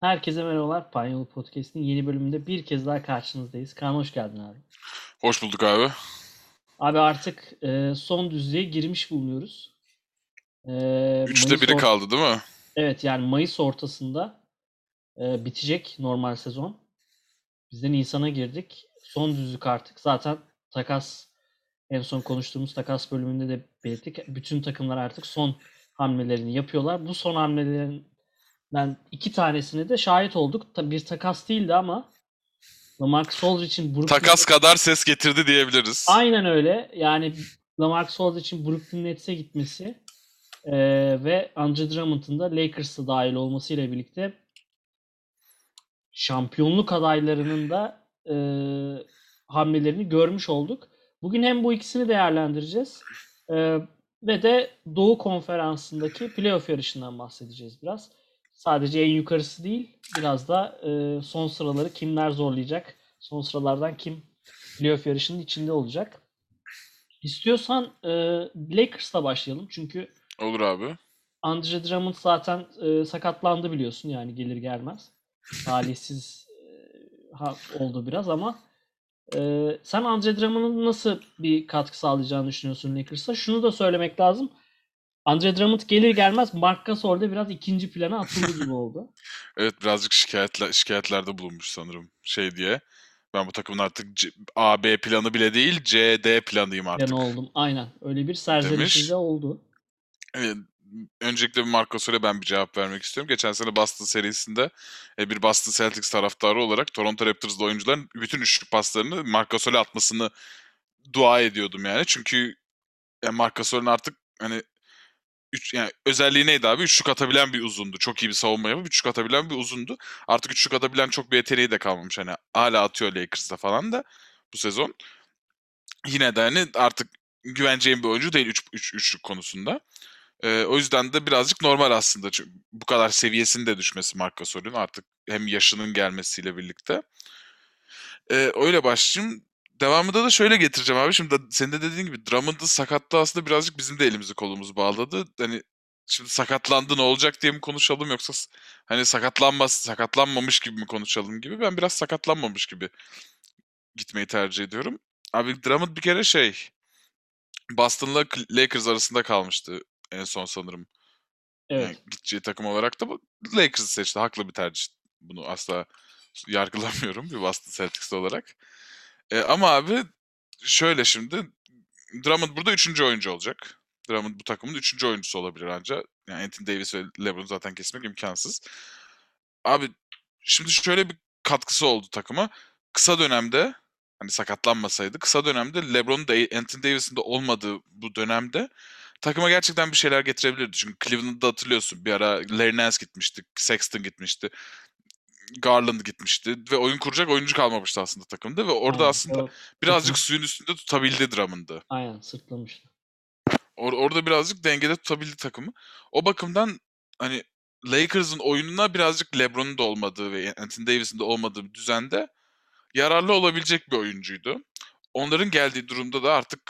Herkese merhabalar. Panyolu Podcast'in yeni bölümünde bir kez daha karşınızdayız. Kaan hoş geldin abi. Hoş bulduk abi. Abi artık son düzlüğe girmiş bulunuyoruz. Üçte Mayıs biri kaldı değil mi? evet yani Mayıs ortasında bitecek normal sezon. Biz de Nisan'a girdik. Son düzlük artık. Zaten takas en son konuştuğumuz takas bölümünde de belirttik. Bütün takımlar artık son hamlelerini yapıyorlar. Bu son hamlelerinden iki tanesine de şahit olduk. Tabii bir takas değildi ama LaMarcus Aldridge'in Brooklyn Takas kadar ses getirdi diyebiliriz. aynen öyle. Yani LaMarcus Aldridge'in Brooklyn Nets'e gitmesi ve Andre Drummond'un da Lakers'a dahil olmasıyla birlikte şampiyonluk adaylarının da hamlelerini görmüş olduk. Bugün hem bu ikisini değerlendireceğiz ve de Doğu Konferansı'ndaki playoff yarışından bahsedeceğiz biraz. Sadece en yukarısı değil, biraz da son sıraları kimler zorlayacak, son sıralardan kim playoff yarışının içinde olacak. İstiyorsan Lakers'la başlayalım. Çünkü Olur abi. Andre Drummond zaten sakatlandı biliyorsun yani gelir gelmez. Talihsiz oldu biraz ama sen Andre Drummond'un nasıl bir katkı sağlayacağını düşünüyorsun Lakers'a? Şunu da söylemek lazım. Andre Drummond gelir gelmez Marc Gasol da biraz ikinci plana atıldı gibi oldu. Evet, birazcık şikayetlerde bulunmuş sanırım şey diye. Ben bu takımın artık A, B planı bile değil C, D planıyım Planı artık oldum. Aynen. Öyle bir serzenişi de demiş. oldu. Evet, öncelikle bir Marc Gasol'e ben bir cevap vermek istiyorum. Geçen sene Boston serisinde bir Boston Celtics taraftarı olarak Toronto Raptors'da oyuncuların bütün üçlük paslarını Marc Gasol'e atmasını dua ediyordum yani. Çünkü Marc Gasol'ün artık hani yani özelliği neydi abi? Üçlük atabilen bir uzundu. Çok iyi bir savunma yapıp üçlük atabilen bir uzundu. Artık üçlük atabilen çok bir yeteneği de kalmamış. Hani hala atıyor Lakers'ta falan da bu sezon. Yine de hani artık güveneceğim bir oyuncu değil üçlük konusunda. O yüzden de birazcık normal aslında. Çünkü bu kadar seviyesinin de düşmesi Marc Gasol'ün artık hem yaşının gelmesiyle birlikte. Öyle başlayayım. Devamında da şöyle getireceğim abi. Şimdi senin de dediğin gibi Drummond'un sakatlığı aslında birazcık bizim de elimizi kolumuzu bağladı. Hani şimdi sakatlandı ne olacak diye mi konuşalım yoksa hani sakatlanmamış gibi mi konuşalım gibi. Ben biraz sakatlanmamış gibi gitmeyi tercih ediyorum. Abi Drummond bir kere Boston'la Lakers arasında kalmıştı en son sanırım. Yani Evet. gideceği takım olarak da Lakers'ı seçti. Haklı bir tercih. Bunu asla yargılamıyorum bir Boston Celtics'li olarak. Ama abi şöyle şimdi Drummond burada üçüncü oyuncu olacak. Drummond bu takımın üçüncü oyuncusu olabilir ancak. Yani Anthony Davis ve LeBron zaten kesmek imkansız. Abi şimdi şöyle bir katkısı oldu takıma. Kısa dönemde hani sakatlanmasaydı kısa dönemde LeBron'un da Anthony Davis'in de olmadığı bu dönemde takıma gerçekten bir şeyler getirebilirdi. Çünkü Cleveland'da hatırlıyorsun bir ara Larry Nance gitmişti, Sexton gitmişti, Garland gitmişti ve oyun kuracak oyuncu kalmamıştı aslında takımda ve orada Aynen. aslında O birazcık takım suyun üstünde tutabildi Drummond'ı. aynen sırtlamıştı. Orada birazcık dengede tutabildi takımı. O bakımdan hani Lakers'ın oyununa birazcık LeBron'un da olmadığı ve Anthony Davis'in de olmadığı bir düzende yararlı olabilecek bir oyuncuydu. Onların geldiği durumda da artık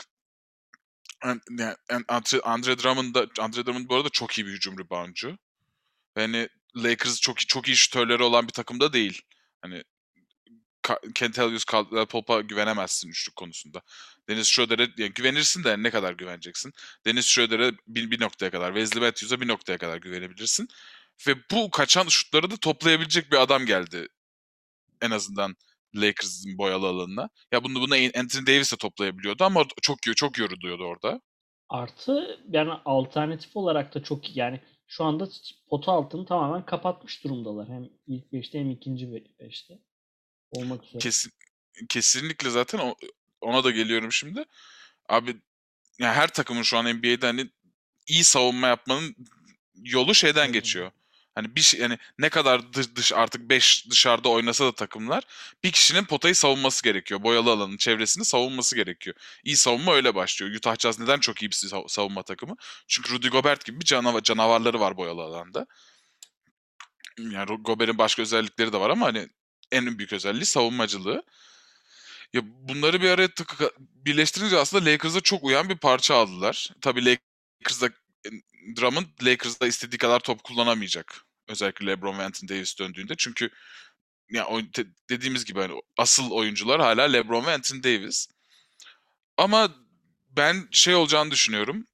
yani Andre Drummond bu arada çok iyi bir hücum reboundçu. Ve hani Lakers çok iyi şütörleri olan bir takımda değil. Hani Kentavious Caldwell Pope'a güvenemezsin üçlük konusunda. Dennis Schroeder'e yani güvenirsin de ne kadar güveneceksin? Dennis Schroeder'e bir noktaya kadar, Wesley Matthews'a bir noktaya kadar güvenebilirsin. Ve bu kaçan şutları da toplayabilecek bir adam geldi en azından Lakers'ın boyalı alanına. Ya bunu Anthony Davis de toplayabiliyordu ama çok yoruluyordu orada. Artı yani alternatif olarak da çok iyi. Yani şu anda pota altını tamamen kapatmış durumdalar. Hem ilk beşte hem ikinci beşte olmak üzere. Kesin, kesinlikle zaten ona da geliyorum şimdi. Abi yani her takımın şu an NBA'de hani iyi savunma yapmanın yolu şeyden geçiyor. Hani bir şey yani ne kadar artık 5 dışarıda oynasa da takımlar bir kişinin potayı savunması gerekiyor. Boyalı alanın çevresini savunması gerekiyor. İyi savunma öyle başlıyor. Utah Jazz neden çok iyi bir savunma takımı? Çünkü Rudy Gobert gibi bir canavarları var boyalı alanda. Yani Gobert'in başka özellikleri de var ama hani en büyük özelliği savunmacılığı. Ya bunları bir araya birleştirince aslında Lakers'a çok uyan bir parça aldılar. Tabii Lakers'da Drummond Lakers'da istediği kadar top kullanamayacak. Özellikle LeBron ve Anthony Davis döndüğünde. Çünkü ya dediğimiz gibi hani asıl oyuncular hala LeBron ve Anthony Davis. Ama ben şey olacağını düşünüyorum.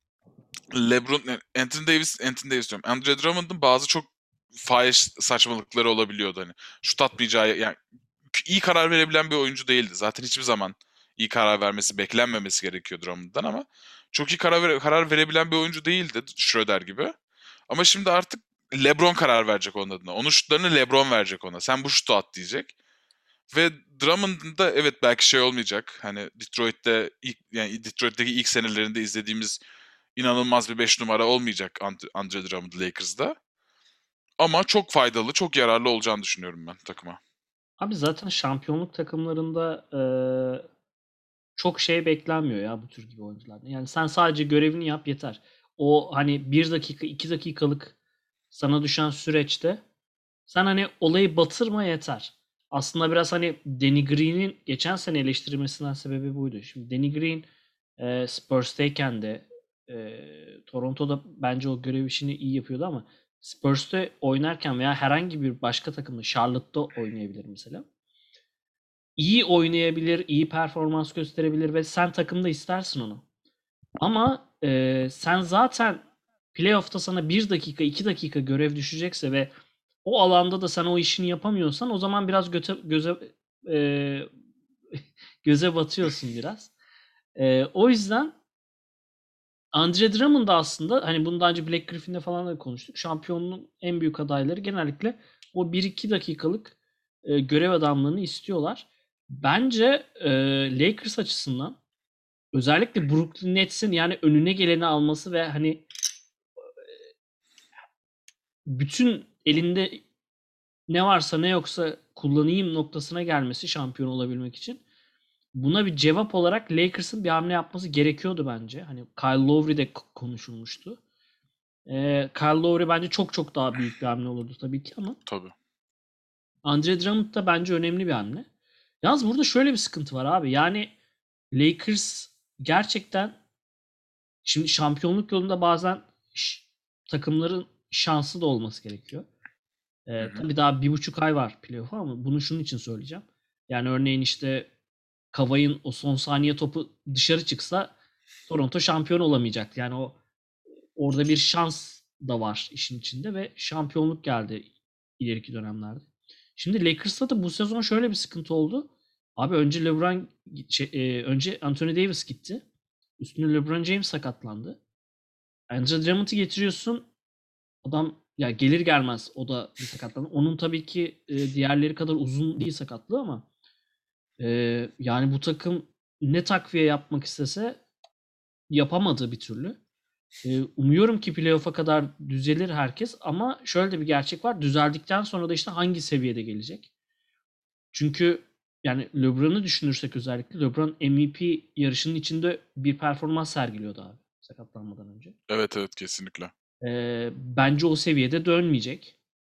Anthony Davis diyorum. Andre Drummond'un bazı çok fahiş saçmalıkları olabiliyordu hani. Şut atmayacağı yani iyi karar verebilen bir oyuncu değildi. Zaten hiçbir zaman iyi karar vermesi beklenmemesi gerekiyor Drummond'dan ama çok iyi karar verebilen bir oyuncu değildi Schroeder gibi. Ama şimdi artık LeBron karar verecek onun adına. Onun şutlarını LeBron verecek ona. Sen bu şutu at diyecek. Ve Drummond'un da evet belki şey olmayacak. Hani Detroit'teki ilk senelerinde izlediğimiz inanılmaz bir 5 numara olmayacak Andre Drummond Lakers'da. Ama çok faydalı, çok yararlı olacağını düşünüyorum ben takıma. Abi zaten şampiyonluk takımlarında çok şey beklenmiyor ya bu tür gibi oyunculardan. Yani sen sadece görevini yap yeter. O hani 1 dakika 2 dakikalık sana düşen süreçte sen hani olayı batırma yeter. Aslında biraz hani Danny Green'in geçen sene eleştirilmesinden sebebi buydu. Şimdi Danny Green Spurs'tayken de Toronto'da bence o görev işini iyi yapıyordu ama Spurs'ta oynarken veya herhangi bir başka takımda Charlotte'da oynayabilir mesela. İyi oynayabilir, iyi performans gösterebilir ve sen takımda istersin onu. Ama sen zaten playoff'ta sana 1 dakika 2 dakika görev düşecekse ve o alanda da sen o işini yapamıyorsan o zaman biraz eee, göze batıyorsun biraz. O yüzden Andre Drummond da aslında hani bunu daha önce Black Griffin'de falan da konuştuk. Şampiyonluğun en büyük adayları genellikle o 1-2 dakikalık görev adamlarını istiyorlar. Bence Lakers açısından özellikle Brooklyn Nets'in yani önüne geleni alması ve hani bütün elinde ne varsa ne yoksa kullanayım noktasına gelmesi şampiyon olabilmek için buna bir cevap olarak Lakers'ın bir hamle yapması gerekiyordu bence. Hani Kyle Lowry de konuşulmuştu. Kyle Lowry bence çok çok daha büyük bir hamle olurdu tabii ki ama Tabii. Andre Drummond da bence önemli bir hamle. Yalnız burada şöyle bir sıkıntı var abi. Yani Lakers gerçekten şimdi şampiyonluk yolunda bazen takımların şansı da olması gerekiyor. Hı hı. Tabii daha 1,5 ay var playoff'a ama bunu şunun için söyleyeceğim. Yani örneğin işte Kavay'ın o son saniye topu dışarı çıksa Toronto şampiyon olamayacak. Yani orada bir şans da var işin içinde ve şampiyonluk geldi ileriki dönemlerde. Şimdi Lakers'ta da bu sezon şöyle bir sıkıntı oldu. Abi önce Anthony Davis gitti. Üstüne LeBron James sakatlandı. Andre Drummond'u getiriyorsun. Adam ya gelir gelmez o da bir sakatlandı. Onun tabii ki diğerleri kadar uzun değil sakatlığı ama yani bu takım ne takviye yapmak istese yapamadı bir türlü. Umuyorum ki playoff'a kadar düzelir herkes ama şöyle de bir gerçek var. Düzeldikten sonra da işte hangi seviyede gelecek? Çünkü yani LeBron'u düşünürsek özellikle LeBron MVP yarışının içinde bir performans sergiliyordu abi sakatlanmadan önce. Evet evet kesinlikle. Bence o seviyede dönmeyecek.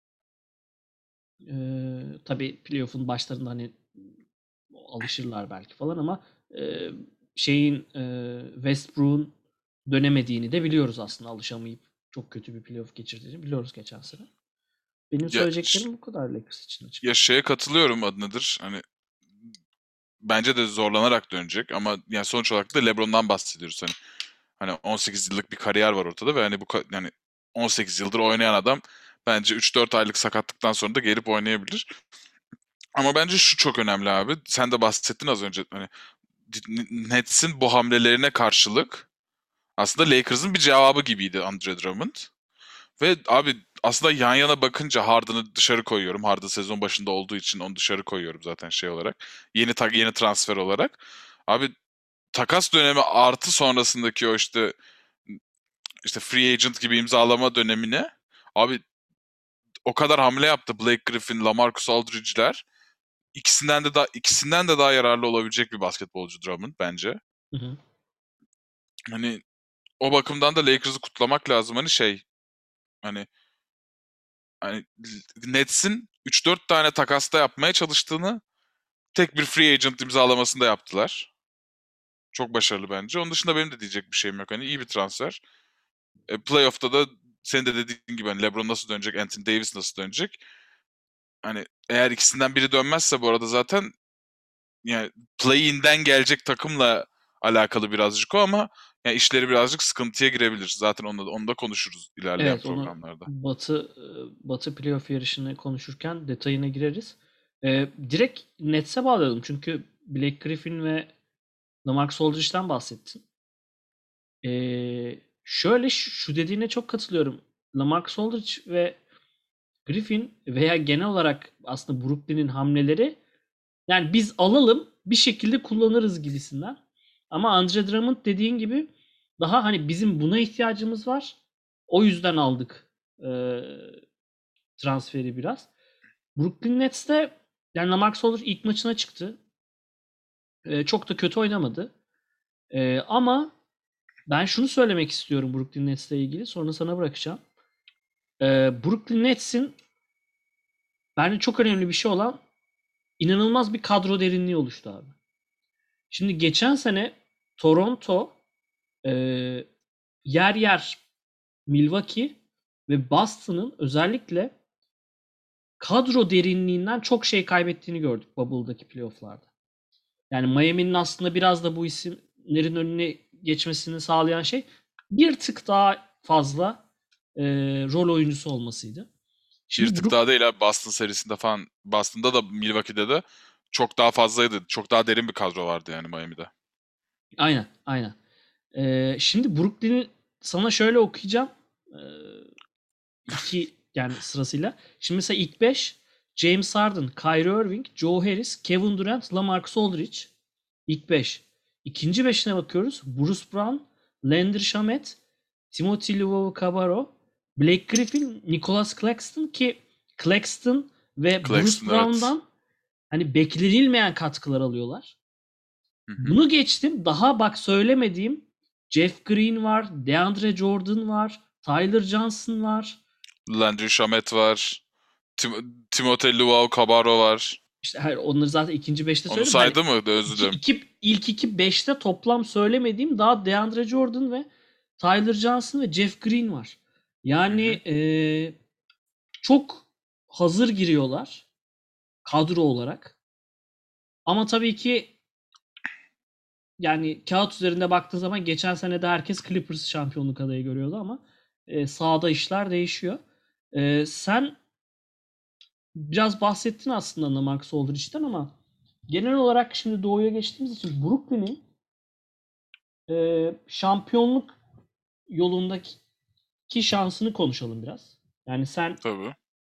Tabii playoff'un başlarında hani alışırlar belki falan ama e, şeyin Westbrook'un dönemediğini de biliyoruz aslında alışamayıp çok kötü bir playoff geçirdiğini biliyoruz geçen sene. Benim Ya, söyleyeceklerim bu kadar Lakers için ya açıkçası. şeye katılıyorum adı nedir? Hani bence de zorlanarak dönecek ama yani sonuç olarak da LeBron'dan bahsediyoruz hani 18 yıllık bir kariyer var ortada ve hani yani 18 yıldır oynayan adam bence 3-4 aylık sakatlıktan sonra da gelip oynayabilir. Ama bence şu çok önemli abi. Sen de bahsettin az önce hani Nets'in bu hamlelerine karşılık aslında Lakers'ın bir cevabı gibiydi Andre Drummond. Ve abi aslında yan yana bakınca Harden'ı dışarı koyuyorum. Harden sezon başında olduğu için onu dışarı koyuyorum zaten şey olarak. Yeni transfer olarak. Abi takas dönemi artı sonrasındaki o işte free agent gibi imzalama dönemine abi o kadar hamle yaptı Blake Griffin, LaMarcus Aldridge'ler. İkisinden de daha yararlı olabilecek bir basketbolcu Drummond bence. Hı hı. Hani o bakımdan da Lakers'ı kutlamak lazım hani hani Nets'in 3-4 tane takasta yapmaya çalıştığını tek bir free agent imzalamasında yaptılar. Çok başarılı bence. Onun dışında benim de diyecek bir şeyim yok. Hani iyi bir transfer. Playoff'ta da senin de dediğin gibi hani LeBron nasıl dönecek, Anthony Davis nasıl dönecek? Hani eğer ikisinden biri dönmezse bu arada zaten yani play-in'den gelecek takımla alakalı birazcık o ama yani işleri birazcık sıkıntıya girebilir. Zaten onu da konuşuruz ilerleyen Evet, onu programlarda. Batı playoff yarışını konuşurken detayına gireriz. Direkt Nets'e bağladım çünkü Blake Griffin ve LaMarcus Aldridge'den bahsettin. Şöyle şu dediğine çok katılıyorum. LaMarcus Aldridge ve Griffin veya genel olarak aslında Brooklyn'in hamleleri yani biz alalım bir şekilde kullanırız gibisinden. Ama Andre Drummond dediğin gibi daha hani bizim buna ihtiyacımız var. O yüzden aldık transferi biraz. Brooklyn Nets'te yani LaMarcus Aldridge ilk maçına çıktı. Çok da kötü oynamadı. Ama ben şunu söylemek istiyorum Brooklyn Nets'le ilgili. Sonra sana bırakacağım. Brooklyn Nets'in bence çok önemli bir şey olan inanılmaz bir kadro derinliği oluştu abi. Şimdi geçen sene Toronto e, yer yer Milwaukee ve Boston'ın özellikle kadro derinliğinden çok şey kaybettiğini gördük Bubble'daki playoff'larda. Yani Miami'nin aslında biraz da bu isimlerin önüne geçmesini sağlayan şey bir tık daha fazla rol oyuncusu olmasıydı. Bir Şimdi tık daha değil abi, Boston serisinde falan. Boston'da da Milwaukee'de de çok daha fazlaydı. Çok daha derin bir kadro vardı yani Miami'de. aynen, aynen. Şimdi Brooklyn'i sana şöyle okuyacağım. Ee, iki yani sırasıyla. Şimdi mesela ilk 5 James Harden, Kyrie Irving, Joe Harris, Kevin Durant, LaMarcus Aldridge. İlk 5. İkinci beşine bakıyoruz. Bruce Brown, Landry Shamet, Timothy Luwawu-Cabarrot, Blake Griffin, Nicholas Claxton ki Claxton ve Bruce Claxton, evet. Brown'dan hani beklenilmeyen katkılar alıyorlar. Hı hı. Bunu geçtim. Daha bak söylemediğim Jeff Green var, DeAndre Jordan var, Tyler Johnson var. Landry Shamet var. Timothée Luwawu-Cabarrot var. İşte hayır, onları zaten ikinci beşte Onu söyledim. Hani saydı mı? Özür dilerim. ilk iki beşte toplam söylemediğim daha DeAndre Jordan ve Tyler Johnson ve Jeff Green var. Hı Yani hı. çok hazır giriyorlar kadro olarak. Ama tabii ki yani kağıt üzerinde baktığın zaman geçen sene de herkes Clippers şampiyonluk adayı görüyordu ama sahada işler değişiyor. Sen biraz bahsettin aslında LaMarcus Aldridge'den ama genel olarak şimdi Doğu'ya geçtiğimiz için Brooklyn'in şampiyonluk yolundaki şansını konuşalım biraz. Yani sen Tabii.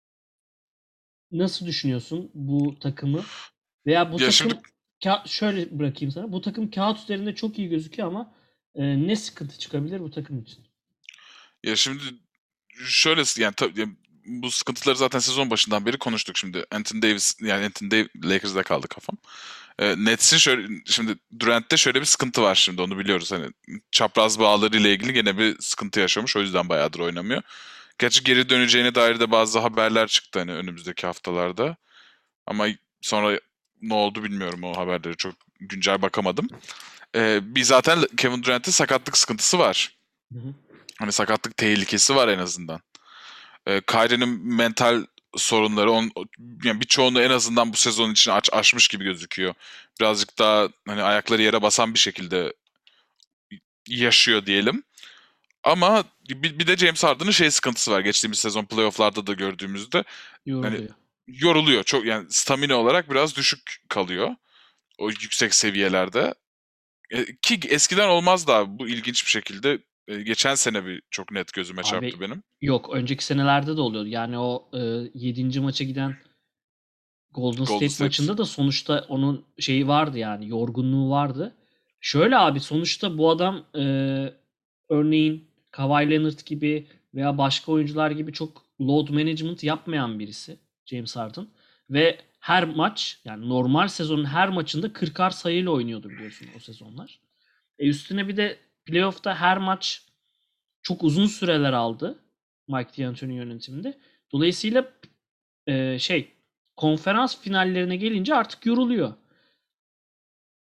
nasıl düşünüyorsun bu takımı? Veya bu Ya şimdi takım şöyle bırakayım sana. Bu takım kağıt üzerinde çok iyi gözüküyor ama ne sıkıntı çıkabilir bu takım için? ya şimdi şöyle yani tabii bu sıkıntıları zaten sezon başından beri konuştuk şimdi. Anthony Davis yani Anthony Davis Lakers'da kaldı kafam. Nets'in şöyle şimdi Durant'te şöyle bir sıkıntı var, şimdi onu biliyoruz. Hani çapraz bağları ile ilgili gene bir sıkıntı yaşamış. O yüzden bayağıdır oynamıyor. Gerçi geri döneceğine dair de bazı haberler çıktı hani önümüzdeki haftalarda. Ama sonra ne oldu bilmiyorum, o haberleri çok güncel bakamadım. Bir zaten Kevin Durant'in sakatlık sıkıntısı var. Hı hı. Hani sakatlık tehlikesi var en azından. Kyrie'nin mental sorunları yani birçoğunu en azından bu sezon için aşmış gibi gözüküyor. Birazcık daha hani ayakları yere basan bir şekilde yaşıyor diyelim. Ama bir de James Harden'ın şey sıkıntısı var. Geçtiğimiz sezon playoff'larda da gördüğümüzde hani Yoruluyor. yoruluyor. Çok yani stamina olarak biraz düşük kalıyor o yüksek seviyelerde. Ki eskiden olmazdı abi. Bu ilginç bir şekilde geçen sene bir çok net gözüme çarptı Abi benim. yok, önceki senelerde de oluyordu. Yani o 7. maça giden Golden Golden State State. maçında da sonuçta onun şeyi vardı, yani yorgunluğu vardı. Şöyle abi, sonuçta bu adam örneğin Kawhi Leonard gibi veya başka oyuncular gibi çok load management yapmayan birisi James Harden. Ve her maç, yani normal sezonun her maçında 40'ar sayıyla oynuyordu biliyorsun o sezonlar. Üstüne bir de playoff'ta her maç çok uzun süreler aldı Mike D'Antoni yönetiminde. Dolayısıyla şey, konferans finallerine gelince artık yoruluyor.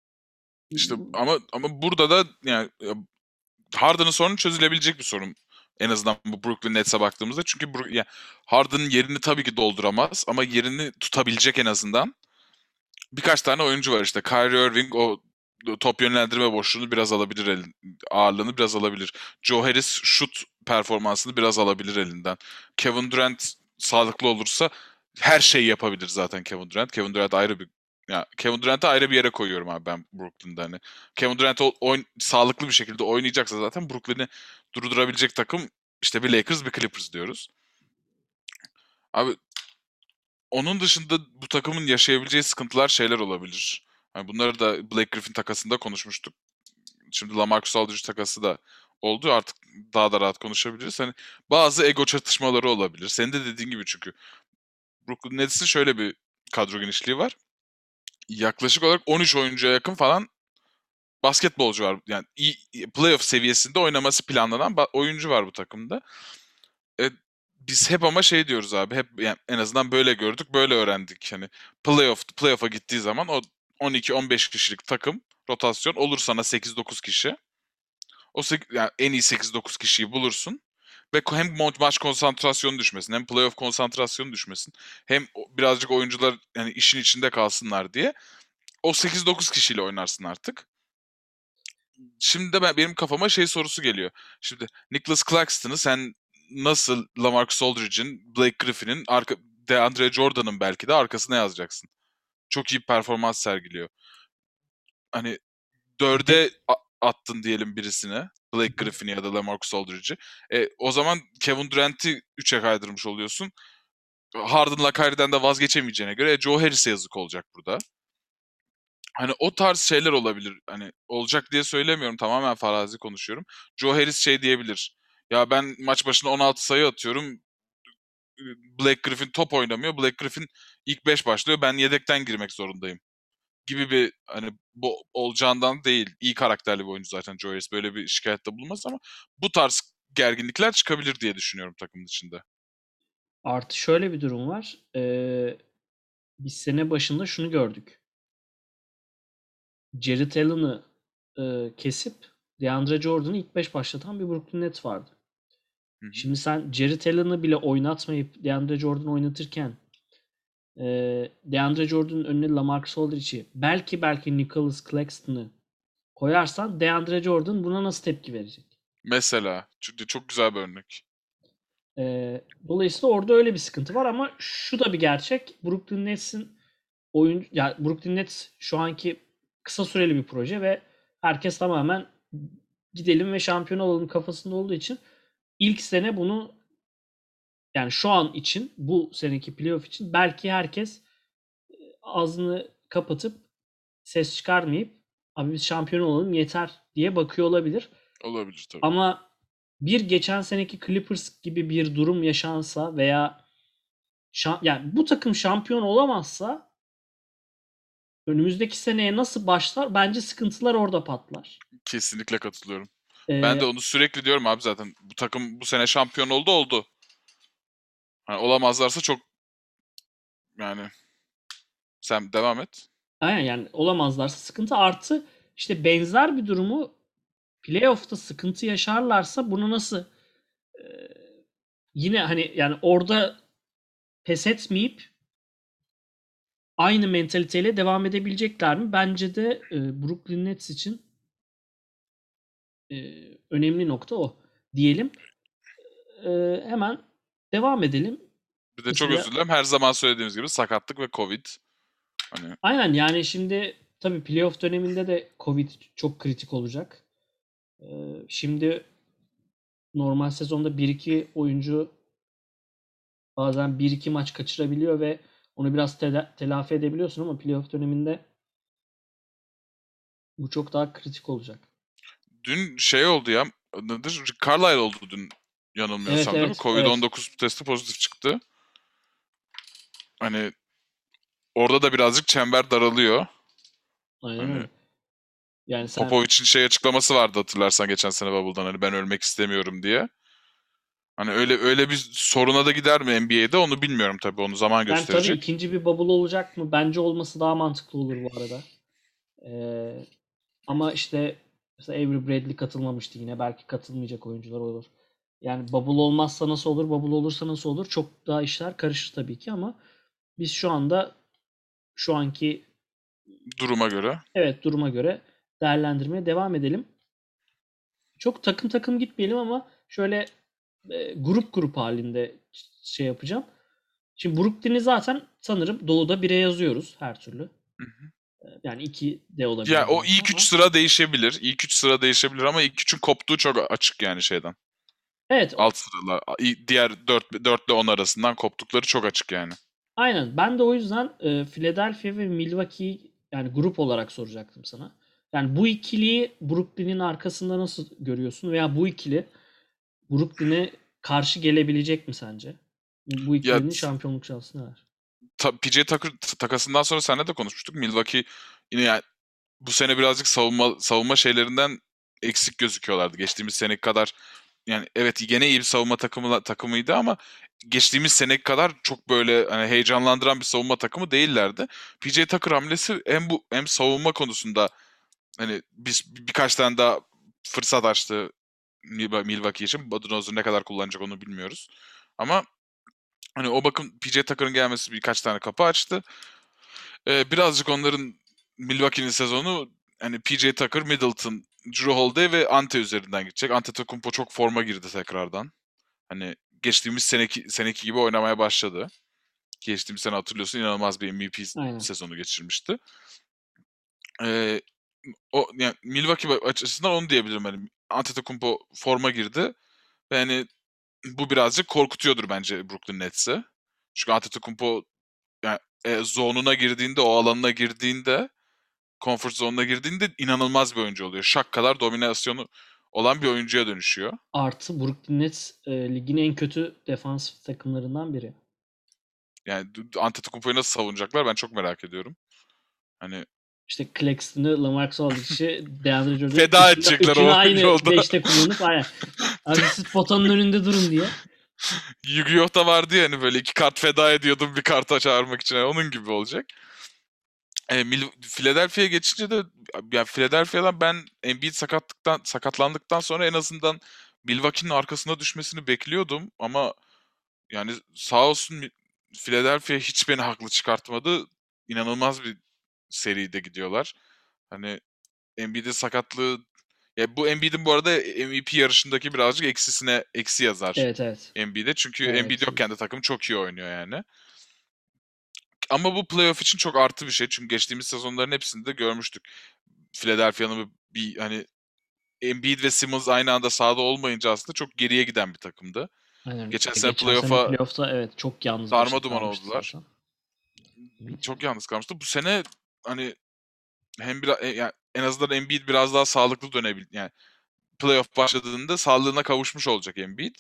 İşte ama burada da yani Harden'ın sorunu çözülebilecek bir sorun. En azından bu Brooklyn Nets'e baktığımızda. Çünkü yani Harden'ın yerini tabii ki dolduramaz ama yerini tutabilecek en azından birkaç tane oyuncu var işte. Kyrie Irving o top yönlendirme boşluğunu biraz alabilir ağırlığını biraz alabilir. Joe Harris şut performansını biraz alabilir elinden. Kevin Durant sağlıklı olursa her şeyi yapabilir zaten Kevin Durant. Kevin Durant ayrı bir ya Kevin Durant'ı ayrı bir yere koyuyorum abi ben Brooklyn'de hani. Kevin Durant sağlıklı bir şekilde oynayacaksa zaten Brooklyn'i durdurabilecek takım işte bir Lakers bir Clippers diyoruz. Abi onun dışında bu takımın yaşayabileceği sıkıntılar şeyler olabilir. Yani bunları da Blake Griffin takasında konuşmuştuk. Şimdi LaMarcus Aldridge takası da oldu. Artık daha da rahat konuşabiliriz. Hani bazı ego çatışmaları olabilir. Senin de dediğin gibi çünkü Brooklyn Nets'in şöyle bir kadro genişliği var. Yaklaşık olarak 13 oyuncuya yakın falan basketbolcu var. Yani iyi, playoff seviyesinde oynaması planlanan oyuncu var bu takımda. E, biz hep ama şey diyoruz abi. Hep yani en azından böyle gördük, böyle öğrendik. Hani playoff'a gittiği zaman o 12-15 kişilik takım rotasyon olur sana 8-9 kişi. Yani en iyi 8-9 kişiyi bulursun ve hem maç konsantrasyonu düşmesin, hem playoff konsantrasyonu düşmesin, hem birazcık oyuncular yani işin içinde kalsınlar diye o 8-9 kişiyle oynarsın artık. Şimdi de benim kafama şey sorusu geliyor. Şimdi Nicholas Claxton'ı sen nasıl LaMarcus Aldridge'in, Blake Griffin'in, DeAndre Jordan'ın belki de arkasına yazacaksın. Çok iyi performans sergiliyor. Hani De- dörde attın diyelim birisine. Blake Griffin'i ya da LaMarcus Aldridge'i. O zaman Kevin Durant'i 3'e kaydırmış oluyorsun. Harden'la Kyrie'den de vazgeçemeyeceğine göre Joe Harris'e yazık olacak burada. Hani o tarz şeyler olabilir. Hani olacak diye söylemiyorum. Tamamen farazi konuşuyorum. Joe Harris şey diyebilir. Ya ben maç başına 16 sayı atıyorum. Blake Griffin top oynamıyor. Blake Griffin ilk 5 başlıyor. Ben yedekten girmek zorundayım. Gibi bir hani bu olacağından değil. İyi karakterli bir oyuncu zaten Joe Harris. Böyle bir şikayette bulunmaz ama bu tarz gerginlikler çıkabilir diye düşünüyorum takımın içinde. Artı şöyle bir durum var. Biz sene başında şunu gördük. Jarrett Allen'ı kesip DeAndre Jordan'ı ilk 5 başlatan bir Brooklyn Nets vardı. Hı hı. Şimdi sen Jarrett Allen'ı bile oynatmayıp DeAndre Jordan oynatırken DeAndre Jordan'ın önüne LaMarcus Aldridge'i belki Nicholas Claxton'ı koyarsan DeAndre Jordan buna nasıl tepki verecek? Mesela çünkü çok güzel bir örnek. Dolayısıyla orada öyle bir sıkıntı var ama şu da bir gerçek. Brooklyn Nets'in oyun ya Brooklyn Nets şu anki kısa süreli bir proje ve herkes tamamen gidelim ve şampiyon olalım kafasında olduğu için ilk sene bunu yani şu an için bu seneki playoff için belki herkes ağzını kapatıp ses çıkarmayıp abi biz şampiyon olalım yeter diye bakıyor olabilir. Olabilir tabii. Ama bir geçen seneki Clippers gibi bir durum yaşansa veya yani bu takım şampiyon olamazsa önümüzdeki seneye nasıl başlar? Bence sıkıntılar orada patlar. Kesinlikle katılıyorum. Ben de Ee, onu sürekli diyorum abi zaten. Bu takım bu sene şampiyon oldu. Hani olamazlarsa çok yani sen devam et. aynen yani olamazlarsa sıkıntı artı işte benzer bir durumu playoff'ta sıkıntı yaşarlarsa bunu nasıl e, yine hani yani orada pes etmeyip aynı mentaliteyle devam edebilecekler mi? Bence de Brooklyn Nets için önemli nokta o diyelim. Hemen devam edelim. Bir de çok özür Mesela dilerim. Her zaman söylediğimiz gibi sakatlık ve Covid. Hani aynen yani şimdi tabii playoff döneminde de Covid çok kritik olacak. Şimdi normal sezonda bir iki oyuncu bazen bir iki maç kaçırabiliyor ve onu biraz telafi edebiliyorsun ama playoff döneminde bu çok daha kritik olacak. dün şey oldu ya. Nedir? Carlisle oldu dün Evet yanılmıyorsam değil mi? evet evet. Covid-19 testi pozitif çıktı. Hani orada da birazcık çember daralıyor. Aynen Hani öyle. Yani sen Popovic'in şey açıklaması vardı hatırlarsan geçen sene Bubble'dan hani ben ölmek istemiyorum diye. Hani öyle bir soruna da gider mi NBA'de onu bilmiyorum tabii onu zaman yani tabii gösterecek. ikinci bir bubble olacak mı? Bence olması daha mantıklı olur bu arada. Ee, ama işte mesela Avery Bradley katılmamıştı yine. Belki katılmayacak oyuncular olur. Yani bubble olmazsa nasıl olur, bubble olursa nasıl olur? Çok daha işler karışır tabii ki ama biz şu anda şu anki Duruma göre. evet duruma göre değerlendirmeye devam edelim. Çok takım takım gitmeyelim ama şöyle grup grup halinde şey yapacağım. Şimdi Brooklyn'i zaten sanırım Doğu'da 1'e yazıyoruz her türlü. Hı hı. Yani 2 de Ya olabilir o belki ilk 3 ama. sıra değişebilir. İlk 3 sıra değişebilir ama ilk 3'ün koptuğu çok açık yani şeyden. Evet, Alt sıralar. Diğer 4 ile 10 arasından koptukları çok açık yani. aynen. Ben de o yüzden Philadelphia ve Milwaukee yani grup olarak soracaktım sana. Yani bu ikiliyi Brooklyn'in arkasında nasıl görüyorsun veya bu ikili Brooklyn'e karşı gelebilecek mi sence? Bu Ya ikilinin şampiyonluk şansı ne var? PJ Tucker takasından sonra seninle de konuşmuştuk. Milwaukee yine yani bu sene birazcık savunma şeylerinden eksik gözüküyorlardı. Geçtiğimiz seneki kadar yani evet gene iyi bir savunma takımıydı ama geçtiğimiz seneki kadar çok böyle hani heyecanlandıran bir savunma takımı değillerdi. PJ Tucker hamlesi hem savunma konusunda hani birkaç tane daha fırsat açtı Milwaukee için. Budenholzer ne kadar kullanacak onu bilmiyoruz. Ama hani o bakım PJ Tucker'ın gelmesi birkaç tane kapı açtı. Birazcık onların Milwaukee'nin sezonu hani PJ Tucker, Middleton, Jrue Holiday ve Ante üzerinden gidecek. Antetokounmpo çok forma girdi tekrardan. Hani geçtiğimiz seneki gibi oynamaya başladı. Geçtiğimiz sene hatırlıyorsun inanılmaz bir MVP Aynen. sezonu geçirmişti. Ee, yani Milwaukee açısından onu diyebilirim. Yani Antetokounmpo forma girdi. Ve yani bu birazcık korkutuyordur bence Brooklyn Nets'i. Çünkü Antetokounmpo yani, zone'una girdiğinde, o alanına girdiğinde, comfort zone'una girdiğinde inanılmaz bir oyuncu oluyor. Şak kadar dominasyonu olan bir oyuncuya dönüşüyor. Artı Brooklyn Nets ligin en kötü defans takımlarından biri. Yani Antetokounmpo'yu nasıl savunacaklar ben çok merak ediyorum. Hani İşte Claxton'ı, LaMarcus Aldridge'i, DeAndre Jordan'ı feda edecekler üçünü o aynı yolda. beşte kullanıp aynen. Abi siz potanın önünde durun diye. Yu-Gi-Oh'ta vardı ya hani böyle 2 kart feda ediyordum bir karta çağırmak için. Yani onun gibi olacak. Philadelphia'ya geçince de yani Philadelphia'dan ben Embiid sakatlandıktan sonra en azından Milwaukee'nin arkasına düşmesini bekliyordum ama yani sağ olsun Philadelphia hiç beni haklı çıkartmadı. İnanılmaz bir seride gidiyorlar. Hani Embiid'in sakatlığı ya bu Embiid'in bu arada MVP yarışındaki birazcık eksi yazar Evet, evet. Embiid'e. Çünkü Bayağı Embiid eksi. yokken de takım çok iyi oynuyor yani. Ama bu playoff için çok artı bir şey. Çünkü geçtiğimiz sezonların hepsinde görmüştük. Philadelphia'nın bir hani Embiid ve Simmons aynı anda sahada olmayınca aslında çok geriye giden bir takımdı. Aynen. Geçen sene Geçen sene playoff'a playoff'ta evet çok yalnız başına darmadağın kalmıştı oldular. zaten. Embiid. Çok yalnız kalmıştı. Bu sene hani hem biraz yani en azından Embiid biraz daha sağlıklı dönebilir. Yani playoff başladığında sağlığına kavuşmuş olacak Embiid.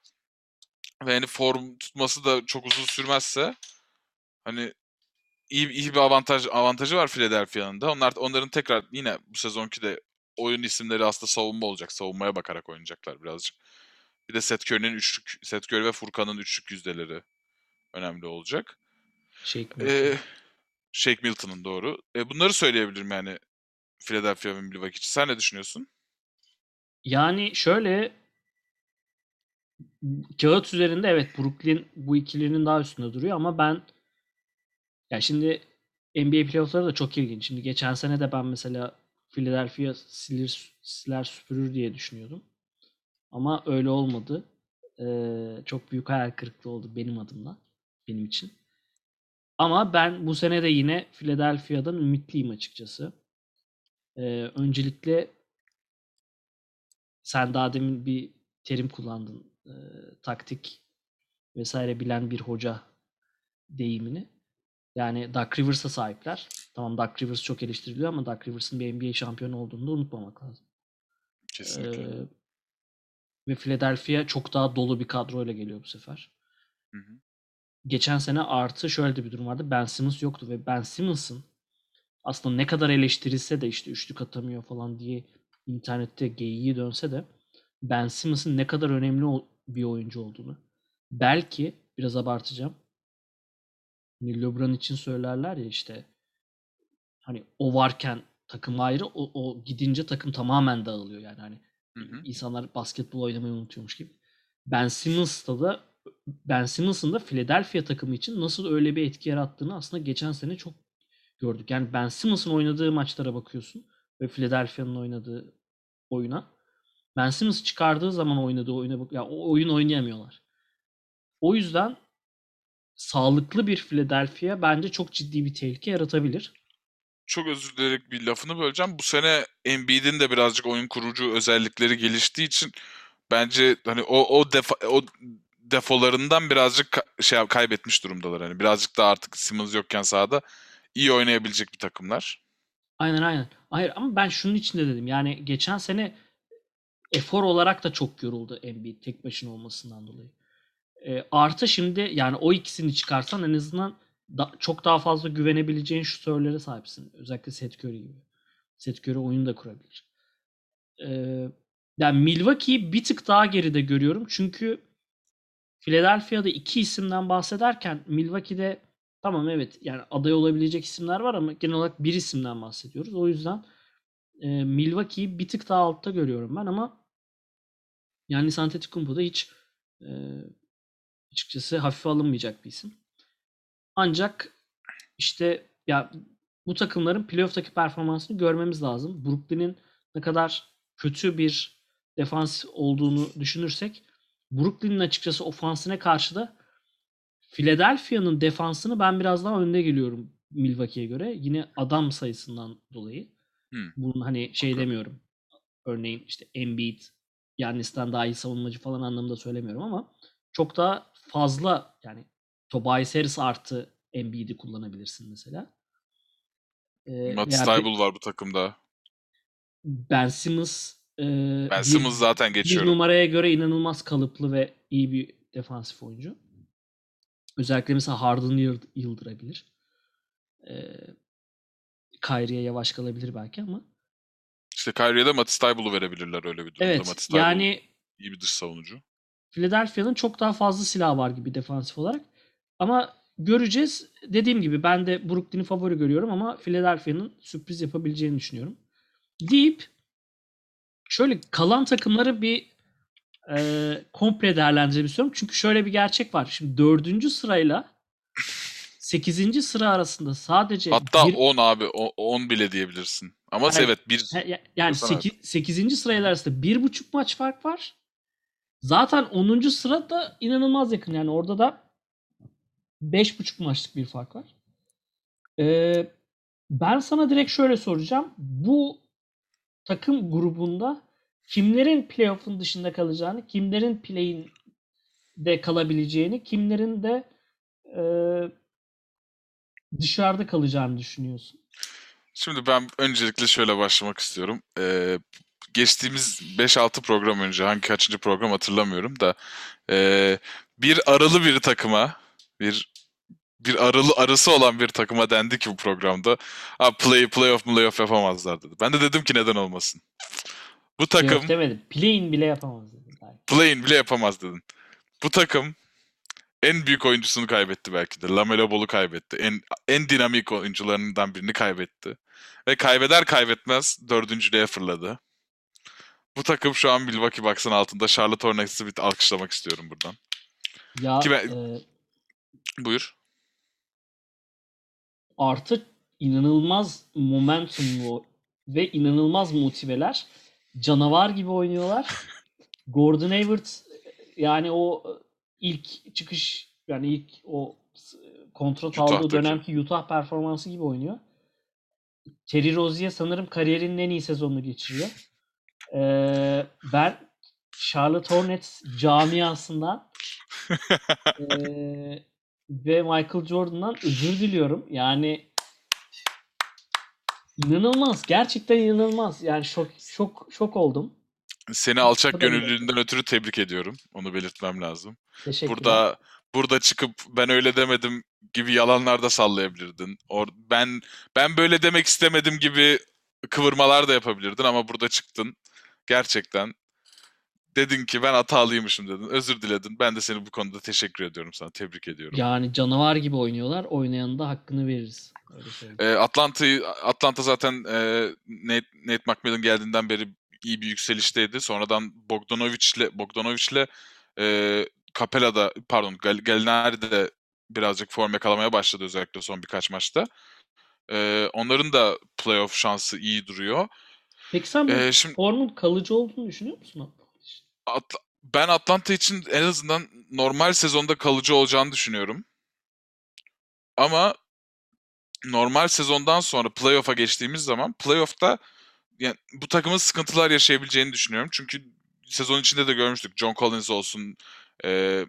Ve yani form tutması da çok uzun sürmezse hani iyi bir avantajı var Philadelphia'nın da. Onların tekrar yine bu sezonki de oyun isimleri aslında savunma olacak. Savunmaya bakarak oynayacaklar birazcık. Bir de Seth Curry ve Furkan'ın üçlük yüzdeleri önemli olacak. Shake Milton. Ee, Shake Milton'ın doğru. Bunları söyleyebilirim yani Philadelphia ve Milwaukee için. Sen ne düşünüyorsun? Yani şöyle kağıt üzerinde evet Brooklyn bu ikilinin daha üstünde duruyor ama ben ya şimdi NBA playoff'ları da çok ilginç. Şimdi geçen sene de ben mesela Philadelphia siler süpürür diye düşünüyordum. Ama öyle olmadı. Çok büyük hayal kırıklığı oldu benim adımdan. Benim için. Ama ben bu sene de yine Philadelphia'dan ümitliyim açıkçası. Öncelikle sen daha demin bir terim kullandın. Taktik vesaire bilen bir hoca deyimini. Yani Doug Rivers'a sahipler. Tamam Doug Rivers çok eleştiriliyor ama Doug Rivers'ın bir NBA şampiyonu olduğunu da unutmamak lazım. Kesinlikle. Ee, ve Philadelphia çok daha dolu bir kadroyla geliyor bu sefer. Hı hı. Geçen sene artı şöyle de bir durum vardı. Ben Simmons yoktu ve Ben Simmons'ın aslında ne kadar eleştirilse de işte üçlük atamıyor falan diye internette geyiği dönse de Ben Simmons'ın ne kadar önemli bir oyuncu olduğunu belki biraz abartacağım. Hani LeBron için söylerler ya işte hani o varken takım ayrı o gidince takım tamamen dağılıyor yani hani Hı hı. insanlar basketbol oynamayı unutuyormuş gibi. Ben Simmons'ın da Philadelphia takımı için nasıl öyle bir etki yarattığını aslında geçen sene çok gördük. Yani Ben Simmons'ın oynadığı maçlara bakıyorsun ve Philadelphia'nın oynadığı oyuna. Ben Simmons çıkardığı zaman oynadığı oyuna bak. Ya o oyun oynayamıyorlar. O yüzden sağlıklı bir Philadelphia bence çok ciddi bir tehlike yaratabilir. Çok özür dileyerek bir lafını böleceğim. Bu sene Embiid'in de birazcık oyun kurucu özellikleri geliştiği için bence hani o defolarından birazcık kaybetmiş durumdalar. Hani birazcık da artık Simmons yokken sahada iyi oynayabilecek bir takımlar. Aynen aynen. Hayır ama ben şunun için de dedim. Yani geçen sene efor olarak da çok yoruldu Embiid tek başına olmasından dolayı. Artı şimdi yani o ikisini çıkarsan en azından çok daha fazla güvenebileceğin şutörlere sahipsin. Özellikle Seth Curry gibi. Seth Curry oyunu da kurabilir. Yani Milwaukee'yi bir tık daha geride görüyorum. Çünkü Philadelphia'da iki isimden bahsederken Milwaukee'de tamam evet yani aday olabilecek isimler var ama genel olarak bir isimden bahsediyoruz. O yüzden Milwaukee'yi bir tık daha altta görüyorum ben ama yani Antetokounmpo da hiç e, açıkçası hafife alınmayacak bir isim. Ancak işte ya bu takımların playoff'taki performansını görmemiz lazım. Brooklyn'in ne kadar kötü bir defans olduğunu düşünürsek Brooklyn'in açıkçası ofansine karşı da Philadelphia'nın defansını ben biraz daha önde geliyorum Milwaukee'ye göre. Yine adam sayısından dolayı. Hmm, Bunun hani şey okey. demiyorum. Örneğin işte Embiid, Giannis'ten daha iyi savunmacı falan anlamında söylemiyorum ama çok daha fazla yani Tobias Harris artı Embiid'i kullanabilirsin mesela. Matt Veya Stable var bu takımda. Ben Simmons Ben bir, Simmons zaten bir geçiyorum. numaraya göre inanılmaz kalıplı ve iyi bir defansif oyuncu. Özellikle mesela Harden'ı yıldırabilir. Ee, Kyrie'ye yavaş kalabilir belki ama. İşte Kyrie'ye de Matt Stable'u verebilirler öyle bir durumda. Evet Matt Stable yani iyi bir dış savunucu. Philadelphia'nın çok daha fazla silahı var gibi defansif olarak. Ama göreceğiz. Dediğim gibi ben de Brooklyn'i favori görüyorum ama Philadelphia'nın sürpriz yapabileceğini düşünüyorum. Deyip şöyle kalan takımları bir komple değerlendirelim istiyorum. Çünkü şöyle bir gerçek var. Şimdi dördüncü sırayla sekizinci sıra arasında sadece Hatta bir 10 abi. 10 bile diyebilirsin. Ama yani, evet bir yani desen evet. 8. sırayla arasında 1,5 maç fark var. Zaten onuncu sırada inanılmaz yakın. Yani orada da 5,5 maçlık bir fark var. Ee, Ben sana direkt şöyle soracağım. Bu takım grubunda kimlerin playoff'un dışında kalacağını, kimlerin play'inde kalabileceğini, kimlerin de e, dışarıda kalacağını düşünüyorsun? Şimdi ben öncelikle şöyle başlamak istiyorum. Geçtiğimiz 5-6 program önce hangi kaçıncı program hatırlamıyorum da bir aralı bir takıma bir arısı olan bir takıma dendi ki bu programda playoff yapamazlar dedi. Ben de dedim ki neden olmasın. Bu Playoff takım demedim. Play-in bile yapamaz dedim belki. play-in bile yapamaz dedin. Bu takım en büyük oyuncusunu kaybetti belki de. Lamelo Ball'u kaybetti. En dinamik oyuncularından birini kaybetti. Ve kaybeder kaybetmez dördüncülüğe fırladı. Bu takım şu an Milwaukee Bucks'ın altında. Charlotte Hornets'i bir alkışlamak istiyorum buradan. Ki Ya ben... Buyur. artık inanılmaz momentumlu ve inanılmaz motiveler. Canavar gibi oynuyorlar. Gordon Hayward yani o ilk çıkış yani ilk o kontrat aldığı Utah'taki. dönemki Utah performansı gibi oynuyor. Terry Rozier sanırım kariyerinin en iyi sezonunu geçiriyor. Ben Charlotte Hornets camiasından ve Michael Jordan'dan özür diliyorum. Yani inanılmaz. Gerçekten inanılmaz. Yani şok oldum. Seni Hiç bu alçak kadar iyi oldu. gönüllülüğünden ötürü tebrik ediyorum. Onu belirtmem lazım. Teşekkürler. Burada çıkıp ben öyle demedim gibi yalanlar da sallayabilirdin. Ben böyle demek istemedim gibi kıvırmalar da yapabilirdin ama burada çıktın. Gerçekten dedin ki ben hatalıymışım dedin. Özür diledin. Ben de seni bu konuda teşekkür ediyorum sana. Tebrik ediyorum. Yani canavar gibi oynuyorlar. Oynayanın da hakkını veririz. Öyle söyleyeyim. Atlanta zaten Nate McMillan geldiğinden beri iyi bir yükselişteydi. Sonradan Bogdanovic'le Capella'da pardon Gallinari de birazcık form yakalamaya başladı özellikle son birkaç maçta. Onların da playoff şansı iyi duruyor. Peki sen bu Şimdi formun kalıcı olduğunu düşünüyor musun Atlanta için? Ben Atlanta için en azından normal sezonda kalıcı olacağını düşünüyorum. Ama normal sezondan sonra playoff'a geçtiğimiz zaman playoff'ta yani bu takımın sıkıntılar yaşayabileceğini düşünüyorum. Çünkü sezon içinde de görmüştük. John Collins olsun, e,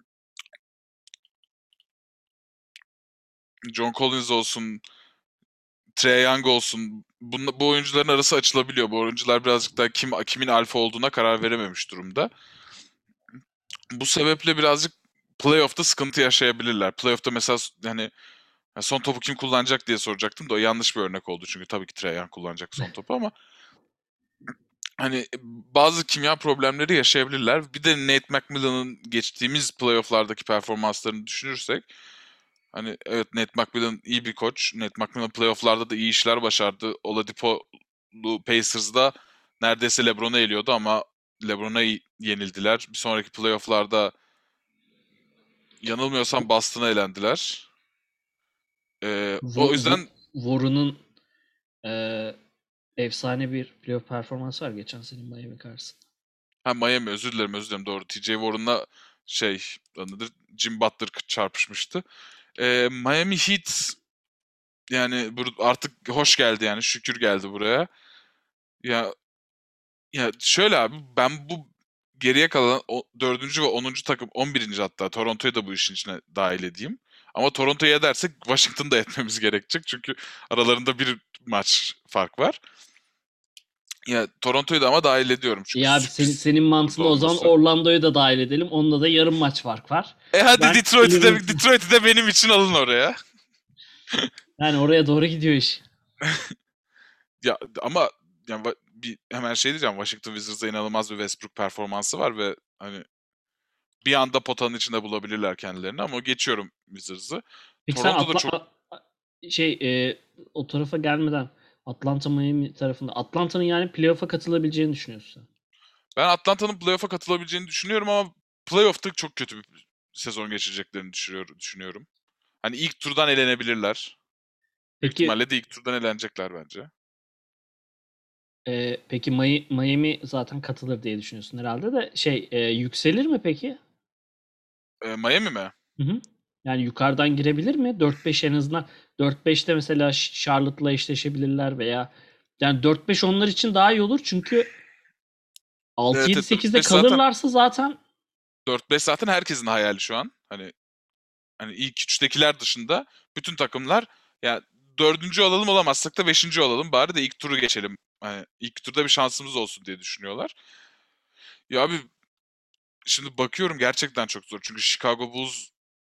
John Collins olsun, Trae Young olsun. Bu oyuncuların arası açılabiliyor. Bu oyuncular birazcık daha kimin alfa olduğuna karar verememiş durumda. Bu sebeple birazcık playoff'ta sıkıntı yaşayabilirler. Playoff'ta mesela hani son topu kim kullanacak diye soracaktım da o yanlış bir örnek oldu. Çünkü tabii ki Trae Young kullanacak son topu ama hani bazı kimya problemleri yaşayabilirler. Bir de Nate McMillan'ın geçtiğimiz playoff'lardaki performanslarını düşünürsek hani evet Nate McMillan iyi bir koç. Nate McMillan playoff'larda da iyi işler başardı. Oladipo'lu Pacers'da neredeyse LeBron'u eliyordu ama LeBron'a yenildiler. Bir sonraki playoff'larda yanılmıyorsam Boston'a elendiler. O yüzden Warren'ın eee, efsane bir playoff performansı var geçen sene Miami karşısında. Miami özür dilerim doğru. TJ Warren'la nedir? Jim Butler çarpışmıştı. Miami Heat yani artık hoş geldi yani şükür geldi buraya. Ya ya şöyle abi ben bu geriye kalan 4. ve 10. takım 11. hatta Toronto'yu da bu işin içine dahil edeyim. Ama Toronto'yu edersek Washington'da etmemiz gerekecek. Çünkü aralarında bir maç fark var. Ya Toronto'yu da ama dahil ediyorum çünkü Ya abi sürpriz senin burada mantığında o zaman olması. Orlando'yu da dahil edelim. Onunla da yarım maç fark var. Hadi Ben Detroit'i de benim için alın oraya. yani oraya doğru gidiyor iş. Ya ama yani bir hemen diyeceğim. Washington Wizards'da inanılmaz bir Westbrook performansı var ve hani bir anda potanın içinde bulabilirler kendilerini ama geçiyorum Wizards'ı. Peki sen Toronto'da çok şey o tarafa gelmeden Atlanta Miami tarafında Atlanta'nın yani playoff'a katılabileceğini düşünüyorsun sen. ben Atlanta'nın playoff'a katılabileceğini düşünüyorum ama playoff'ta çok kötü bir sezon geçireceklerini düşünüyorum. Hani ilk turdan elenebilirler. Büyük Peki ihtimalle de ilk turdan elenecekler bence. peki Miami zaten katılır diye düşünüyorsun herhalde de yükselir mi peki? Miami mi? Hı hı. Yani yukarıdan girebilir mi? 4-5 en azından 4-5'te mesela Charlotte'la eşleşebilirler veya yani 4-5 onlar için daha iyi olur çünkü Evet, evet 6-7-8'de 4-5 zaten kalırlarsa zaten 4-5 zaten herkesin hayali şu an. Hani ilk üçtekiler dışında bütün takımlar ya dördüncü olalım olamazsak da beşinci olalım bari de ilk turu geçelim. Hani ilk turda bir şansımız olsun diye düşünüyorlar. Ya abi şimdi bakıyorum gerçekten çok zor. Çünkü Chicago Bulls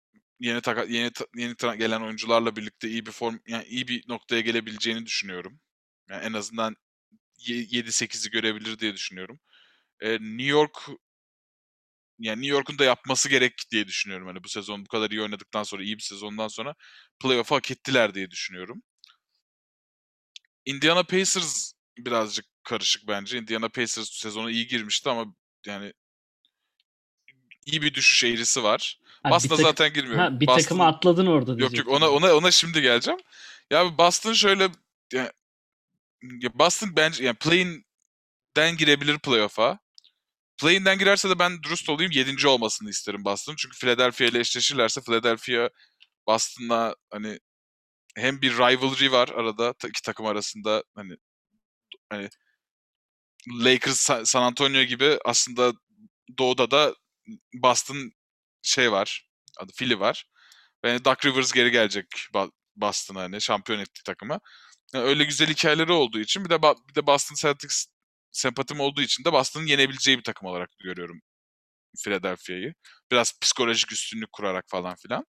gelen oyuncularla birlikte iyi bir yani iyi bir noktaya gelebileceğini düşünüyorum. Yani en azından 7-8'i görebilir diye düşünüyorum. New York yani New York'un da yapması gerek diye düşünüyorum. Hani bu sezon bu kadar iyi oynadıktan sonra, iyi bir sezondan sonra playoff'u hak ettiler diye düşünüyorum. Indiana Pacers birazcık karışık bence. Indiana Pacers sezona iyi girmişti ama yani iyi bir düşüş eğrisi var. ha, Boston'a zaten girmiyorum. bir takımı atladın orada Yok diyecektim ona ben. ona ona şimdi geleceğim. Ya Boston şöyle ya, Boston bence yani play-in'den girebilir playoff'a. Play-in'den girerse de ben dürüst olayım 7. olmasını isterim Boston'ın. Çünkü Philadelphia ile eşleşirlerse Philadelphia Boston'la hani hem bir rivalry var arada iki takım arasında hani Lakers San Antonio gibi aslında doğuda da Boston var. Adı Philly var. Ve hani Doc Rivers geri gelecek Boston'a hani şampiyon etti takımı. Yani öyle güzel hikayeleri olduğu için bir de Boston Celtics sempatim olduğu için de Boston'ın yenebileceği bir takım olarak görüyorum Philadelphia'yı. Biraz psikolojik üstünlük kurarak falan filan.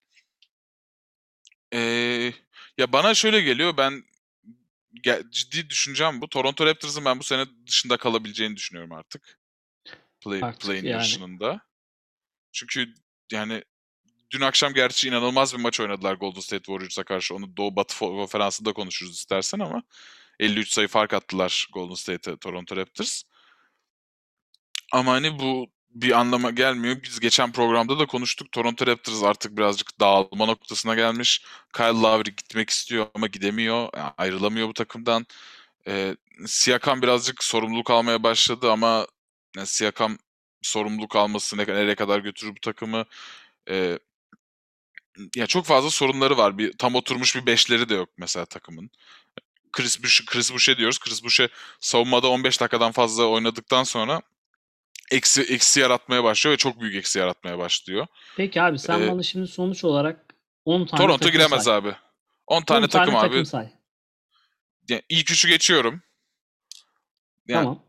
Ee, Ya bana şöyle geliyor ciddi düşüncem bu. Toronto Raptors'ın ben bu sene dışında kalabileceğini düşünüyorum artık. Artık Play'in yani. yarışında. Çünkü yani dün akşam gerçi inanılmaz bir maç oynadılar Golden State Warriors'a karşı. Onu Doğu Batı konferansında konuşuruz istersen ama 53 sayı fark attılar Golden State'e Toronto Raptors. Ama hani bu bir anlama gelmiyor. Biz geçen programda da konuştuk. Toronto Raptors artık birazcık dağılma noktasına gelmiş. Kyle Lowry gitmek istiyor ama gidemiyor. Yani ayrılamıyor bu takımdan. Siakam birazcık sorumluluk almaya başladı ama yani Siakam sorumluluk alması nereye kadar götürür bu takımı? Ee, Ya çok fazla sorunları var. Bir tam oturmuş bir beşleri de yok mesela takımın. Chris Boucher diyoruz. Chris Boucher savunmada 15 dakikadan fazla oynadıktan sonra eksi yaratmaya başlıyor ve çok büyük eksi yaratmaya başlıyor. Peki abi sen Ee, bana şimdi sonuç olarak 10 tane Toronto takım say. giremez abi. 10 10 tane takım tane takım abi. say. Yani ilk üçü geçiyorum. Yani Tamam.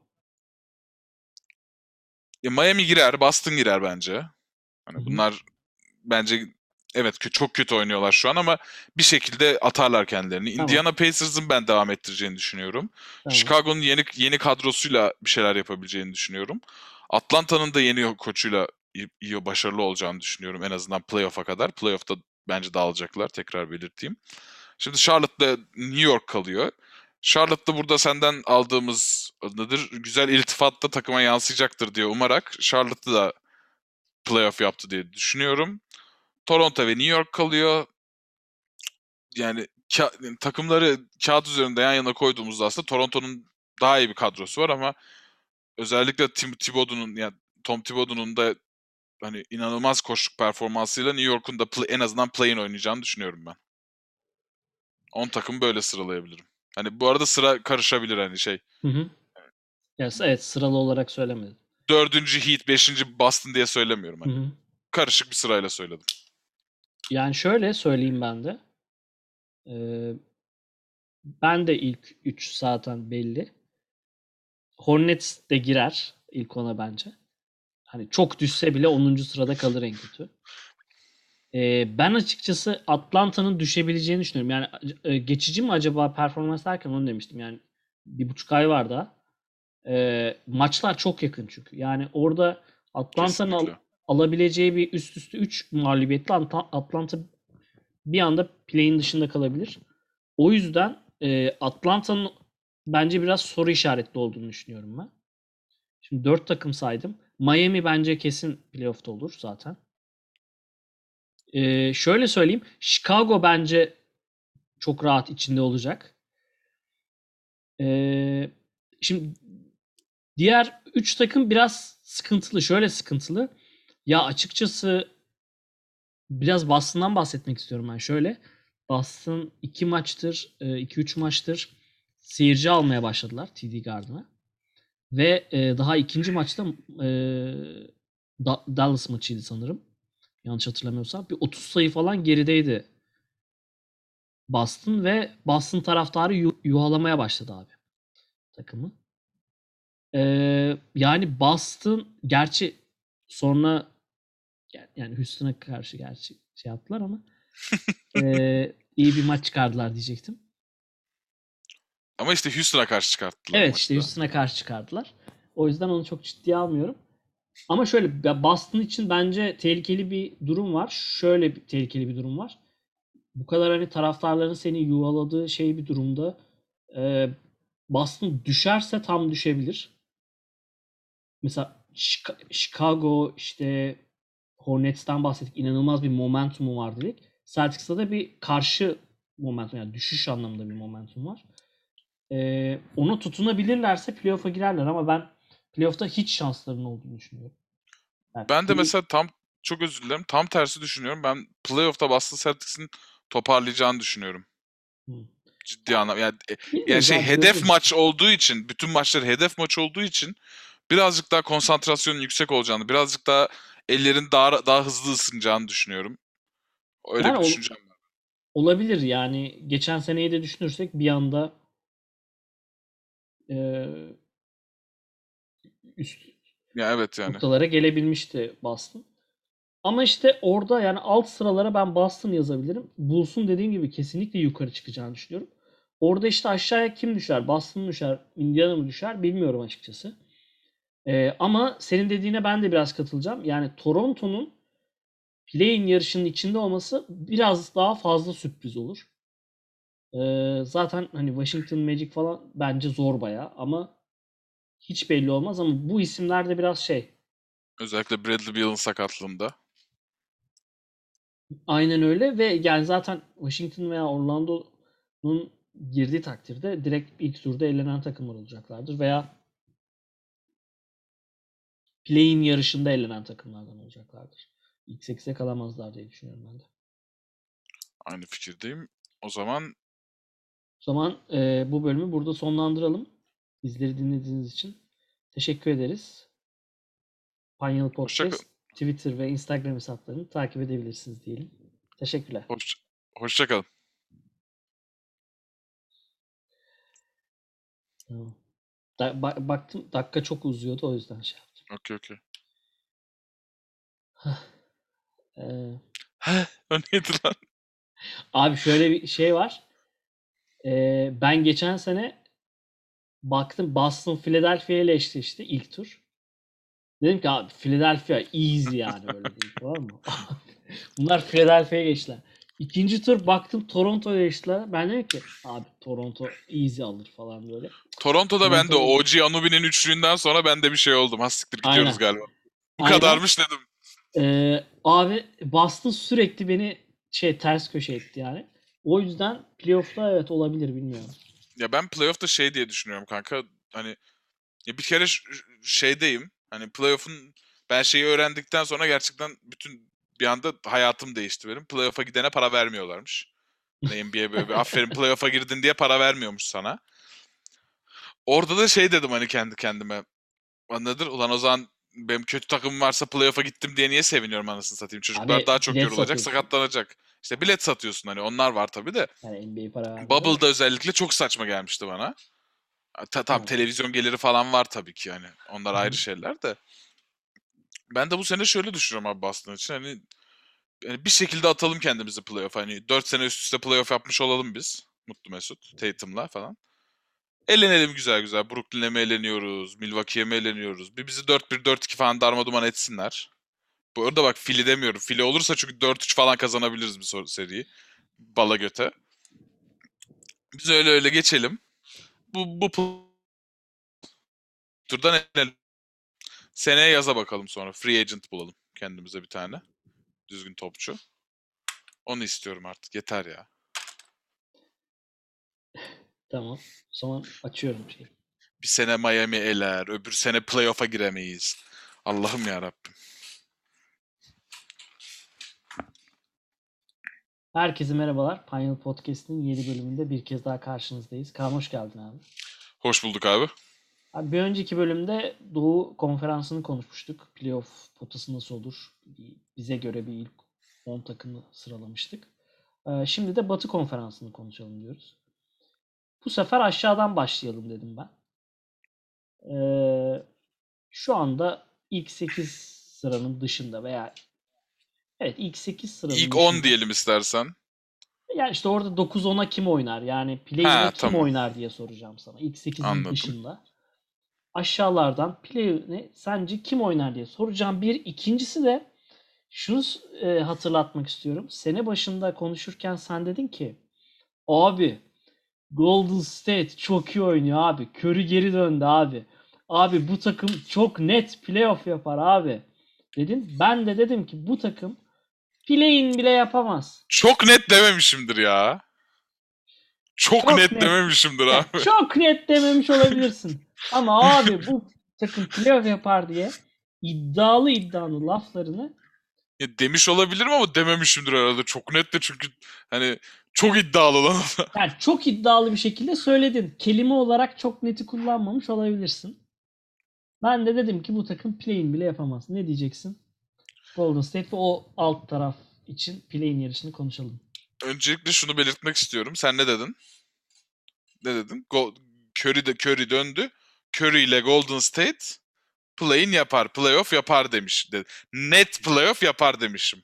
Miami girer, Boston girer bence. Hı Hani hı. bunlar bence evet çok kötü oynuyorlar şu an ama bir şekilde atarlar kendilerini. Tamam. Indiana Pacers'ın ben devam ettireceğini düşünüyorum. Tamam. Chicago'nun yeni kadrosuyla bir şeyler yapabileceğini düşünüyorum. Atlanta'nın da yeni koçuyla iyi başarılı olacağını düşünüyorum en azından playoff'a kadar. Playoff'ta bence dağılacaklar, tekrar belirteyim. Şimdi Charlotte'la New York kalıyor. Charlotte'da burada senden aldığımız nedir? Güzel iltifat da takıma yansıyacaktır diye umarak Charlotte'da da playoff yaptı diye düşünüyorum. Toronto ve New York kalıyor. Yani takımları kağıt üzerinde yan yana koyduğumuzda aslında Toronto'nun daha iyi bir kadrosu var ama özellikle Thibodeau'nun yani Tom Thibodeau'nun da hani inanılmaz koşuk performansıyla New York'un da en azından play-in oynayacağını düşünüyorum ben. 10 takım böyle sıralayabilirim. Hani bu arada sıra karışabilir hani şey. Hı hı. Ya, evet, sıralı olarak söylemedim. 4. Heat, 5. Boston diye söylemiyorum Hı hani. hı. Karışık bir sırayla söyledim. Yani şöyle söyleyeyim ben de. Ee, Ben de ilk 3 zaten belli. Hornets de girer ilk ona bence. Hani çok düşse bile 10. sırada kalır en kötü. Ben açıkçası Atlanta'nın düşebileceğini düşünüyorum. Yani geçici mi acaba performans derken onu demiştim. Yani 1,5 ay var daha. Maçlar çok yakın çünkü. Yani orada Atlanta'nın Kesinlikle. alabileceği bir üst üste 3 mağlubiyetle Atlanta bir anda play-in dışında kalabilir. O yüzden Atlanta'nın bence biraz soru işaretli olduğunu düşünüyorum ben. Şimdi 4 takım saydım. Miami bence kesin playoff'ta olur zaten. Şöyle söyleyeyim. Chicago bence çok rahat içinde olacak. Ee, Şimdi diğer 3 takım biraz sıkıntılı. Şöyle sıkıntılı. Ya açıkçası biraz Boston'dan bahsetmek istiyorum ben. Şöyle. Boston 2 maçtır, 2-3 maçtır seyirci almaya başladılar TD Garden'a. Ve daha ikinci maçta Dallas maçıydı sanırım. Yanlış hatırlamıyorsam. Bir 30 sayı falan gerideydi Boston ve Boston taraftarı yuhalamaya başladı abi takımı. Yani Boston gerçi sonra yani Houston'a karşı gerçi şey yaptılar ama iyi bir maç çıkardılar diyecektim. Ama işte Houston'a karşı çıkarttılar Evet işte maçta. Houston'a karşı çıkardılar. O yüzden onu çok ciddiye almıyorum. Ama şöyle Boston için bence tehlikeli bir durum var. Şöyle bir tehlikeli bir durum var. Bu kadar hani taraftarların seni yuvaladığı şey bir durumda e, Boston düşerse tam düşebilir. Mesela Chicago işte Hornets'ten bahsettik. İnanılmaz bir momentumu var dedik. Celtics'ta da bir karşı momentum yani düşüş anlamında bir momentum var. Onu tutunabilirlerse playoff'a girerler ama ben playoff'ta hiç şanslarının olduğunu düşünüyorum. Yani Ben de mesela çok özür dilerim. Tam tersi düşünüyorum. Ben playoff'ta Boston Celtics'in toparlayacağını düşünüyorum. Hı. Ciddi anlam. Yani Bilmiyoruz şey abi hedef göreceğiz. maç olduğu için, bütün maçlar hedef maç olduğu için birazcık daha konsantrasyonun yüksek olacağını, birazcık daha ellerin daha hızlı ısınacağını düşünüyorum. Öyle Yani bir düşüncem var. olabilir yani geçen seneyi de düşünürsek bir anda e, üst Ya evet yani. noktalara gelebilmişti Boston. Ama işte orada yani alt sıralara ben Boston yazabilirim. Bulls'un dediğim gibi kesinlikle yukarı çıkacağını düşünüyorum. Orada işte aşağıya kim düşer? Boston mı düşer? Indiana mı düşer? Bilmiyorum açıkçası. Ama senin dediğine ben de biraz katılacağım. Yani Toronto'nun play-in yarışının içinde olması biraz daha fazla sürpriz olur. Zaten hani Washington Magic falan bence zor bayağı ama hiç belli olmaz ama bu isimler de biraz şey Özellikle Bradley Beal'ın sakatlığında. Aynen öyle ve yani zaten Washington veya Orlando'nun girdiği takdirde direkt ilk turda elenen takımlar olacaklardır veya play-in yarışında elenen takımlardan olacaklardır. İlk 8'e kalamazlar diye düşünüyorum ben de. Aynı fikirdeyim. O zaman O zaman bu bölümü burada sonlandıralım. Bizleri dinlediğiniz için teşekkür ederiz. Panyalı hoşça kalın. Podcast Twitter ve Instagram hesaplarını takip edebilirsiniz diyelim. Teşekkürler. Hoşça kalın. Tamam. Baktım dakika çok uzuyordu o yüzden şey yaptım. Okey. Ee, O neydi lan? Abi şöyle bir şey var. Ben geçen sene baktım Boston Philadelphia ile eşleşti ilk tur. Dedim ki abi Philadelphia easy yani böyle dedim, tamam mı? Bunlar Philadelphia'ya geçtiler. İkinci tur baktım Toronto'ya geçtiler. Ben dedim ki abi Toronto easy alır falan böyle. Toronto'da ben de Toronto'ya OG Anubi'nin üçlüğünden sonra ben de bir şey oldum. Ha siktir gidiyoruz aynen. galiba. Bu Aynen. kadarmış dedim. Abi Boston sürekli beni ters köşe etti yani. O yüzden playoff'ta evet olabilir bilmiyorum. Ya ben playoff'ta şey diye düşünüyorum kanka. Hani ya bir kere şeydeyim. Hani playoff'un ben şeyi öğrendikten sonra gerçekten bütün bir anda hayatım değişti benim. Playoff'a gidene para vermiyorlarmış. Hani NBA böyle bir aferin playoff'a girdin diye para vermiyormuş sana. Orada da şey dedim hani kendi kendime. Anladın? Ulan o zaman benim kötü takımım varsa playoff'a gittim diye niye seviniyorum anasını satayım. Çocuklar Abi daha çok bilet yorulacak, satıyorsun. sakatlanacak. İşte bilet satıyorsun hani onlar var tabii de. Yani NBA para vermiyor da. Bubble'da özellikle çok saçma gelmişti bana. Tamam Ha. televizyon geliri falan var tabii ki yani. Onlar Hı ayrı hı. şeyler de. Ben de bu sene şöyle düşünüyorum abi Boston için. Hani yani bir şekilde atalım kendimizi playoff. Hani 4 sene üst üste playoff yapmış olalım biz. Mutlu Mesut, Tatum'la falan. Elenelim güzel güzel. Brooklyn'e mi eleniyoruz? Milwaukee'ye mi eleniyoruz? Bir bizi 4-1, 4-2 falan darmaduman etsinler. Bu arada bak fili demiyorum. Fili olursa çünkü 4-3 falan kazanabiliriz bir seriyi. Bala göte. Biz öyle öyle geçelim. Bu turdan elenelim. Seneye yaza bakalım sonra. Free agent bulalım kendimize bir tane. Düzgün topçu. Onu istiyorum artık. Yeter ya. Tamam. O zaman açıyorum şeyi. Bir sene Miami eler. Öbür sene playoff'a giremeyiz. Allah'ım ya Rabbim. Herkese merhabalar. Pioneer Podcast'in yeni bölümünde bir kez daha karşınızdayız. Kaan hoş geldin abi. Hoş bulduk abi. Abi bir önceki bölümde Doğu Konferansı'nı konuşmuştuk. Playoff potası nasıl olur? Bize göre bir ilk 10 takımı sıralamıştık. Şimdi de Batı Konferansı'nı konuşalım diyoruz. Bu sefer aşağıdan başlayalım dedim ben. Şu anda ilk 8 sıranın dışında veya evet ilk 8 sıranın İlk 10 dışında. diyelim istersen. Yani işte orada 9-10'a kim oynar? Yani play-in'e Ha kim tamam. oynar diye soracağım sana. İlk 8'in Anladım. dışında. Aşağılardan play-in'e sence kim oynar diye soracağım. Bir. İkincisi de şunu hatırlatmak istiyorum. Sene başında konuşurken sen dedin ki abi Golden State çok iyi oynuyor abi. Curry geri döndü abi. Abi bu takım çok net playoff yapar abi. Dedin. Ben de dedim ki bu takım play-in bile yapamaz. Çok net dememişimdir ya. Çok Çok net net. dememişimdir Yani abi. çok net dememiş olabilirsin. Ama abi bu takım playoff yapar diye iddialı laflarını Ya demiş olabilirim ama dememişimdir herhalde. Çok net de çünkü hani çok iddialı lan. yani çok iddialı bir şekilde söyledin. Kelime olarak çok neti kullanmamış olabilirsin. Ben de dedim ki bu takım play-in bile yapamaz. Ne diyeceksin? Golden State ve o alt taraf için play-in yarışını konuşalım. Öncelikle şunu belirtmek istiyorum. Sen ne dedin? Ne dedin? Curry döndü. Curry ile Golden State play-in yapar, playoff yapar demiş. Net playoff yapar demişim.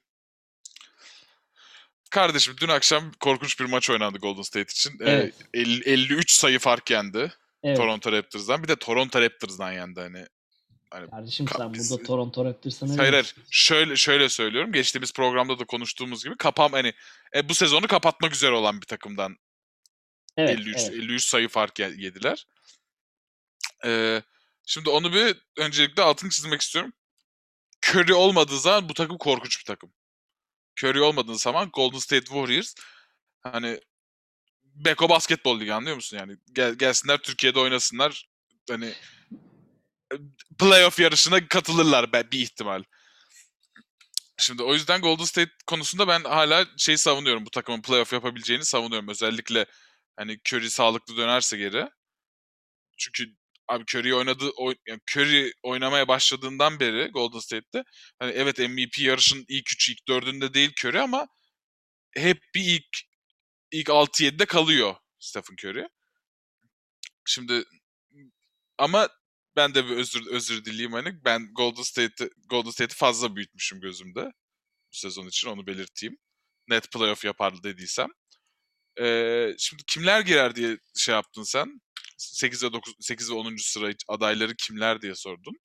Kardeşim dün akşam korkunç bir maç oynandı Golden State için. Evet. 53 sayı fark yendi Evet. Toronto Raptors'dan. Bir de Toronto Raptors'dan yendi hani Kardeşim sen biz burada Toronto Raptors'a ne hayır, demek hayır. istiyorsun? Şöyle söylüyorum. Geçtiğimiz programda da konuştuğumuz gibi hani bu sezonu kapatmak üzere olan bir takımdan Evet. 53 Evet. 53 sayı fark yediler. Ee, Şimdi onu bir öncelikle altını çizmek istiyorum. Curry olmadığı zaman bu takım korkunç bir takım. Curry olmadığı zaman Golden State Warriors hani Beko Basketbol Ligi, anlıyor musun? Yani gelsinler Türkiye'de oynasınlar. Hani playoff yarışına katılırlar bir ihtimal. Şimdi o yüzden Golden State konusunda ben hala savunuyorum. Bu takımın playoff yapabileceğini savunuyorum. Özellikle hani Curry sağlıklı dönerse geri. Çünkü abi yani Curry oynamaya başladığından beri Golden State'te hani evet MVP yarışın ilk 3 ilk 4'ünde değil Curry ama hep bir ilk 6-7'de kalıyor Stephen Curry. Şimdi ama ben de bir özür dileyeyim, hani ben Golden State'i fazla büyütmüşüm gözümde bu sezon için, onu belirteyim. Net playoff yapar dediysem. Şimdi kimler girer diye yaptın sen. 8 ve 9, 8 ve 10. sıra adayları kimler diye sordun.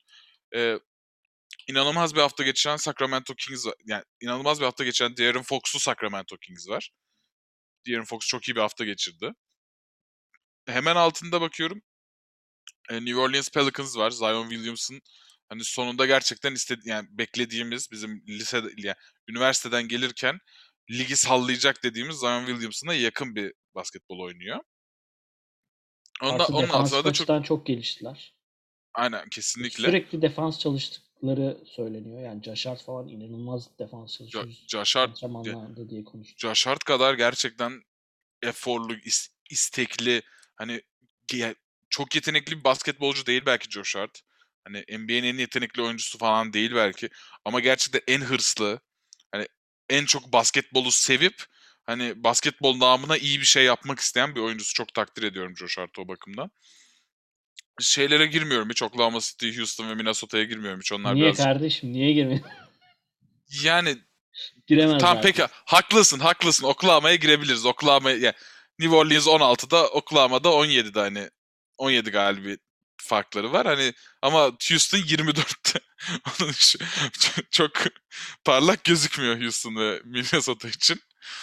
İnanılmaz bir hafta geçiren Sacramento Kings var. Yani inanılmaz bir hafta geçiren De'Aaron Fox'lu Sacramento Kings var. De'Aaron Fox çok iyi bir hafta geçirdi. Hemen altında bakıyorum. New Orleans Pelicans var. Zion Williamson hani sonunda gerçekten yani beklediğimiz, bizim yani üniversiteden gelirken ligi sallayacak dediğimiz Zion Williamson'a yakın bir basketbol oynuyor. Artı Onun altında defansif da çok açıdan çok geliştiler. aynen kesinlikle Sürekli defans çalıştıkları söyleniyor. Yani Josh Hart falan inanılmaz defans çalışıyoruz Josh Hart antrenmanlarda diye konuştu. Josh Hart kadar gerçekten eforlu, istekli, hani çok yetenekli bir basketbolcu değil belki Josh Hart. Hani NBA'nin en yetenekli oyuncusu falan değil belki. Ama gerçekten en hırslı, hani en çok basketbolu sevip hani basketbol namına iyi bir şey yapmak isteyen bir oyuncusu. Çok takdir ediyorum Josh Hart'ı o bakımdan. Şeylere girmiyorum hiç. Oklahoma City, Houston ve Minnesota'ya girmiyorum hiç. Onlar Niye birazcık kardeşim? Niye girmiyor? yani tamam Giremezler peki, diyorsun. haklısın. Oklahoma'ya girebiliriz. Yani New Orleans 16'da, Oklahoma'da 17'de, hani 17 galibiyet farkları var. Hani ama Houston 24'te. Onun için çok parlak gözükmüyor Houston ve Minnesota için.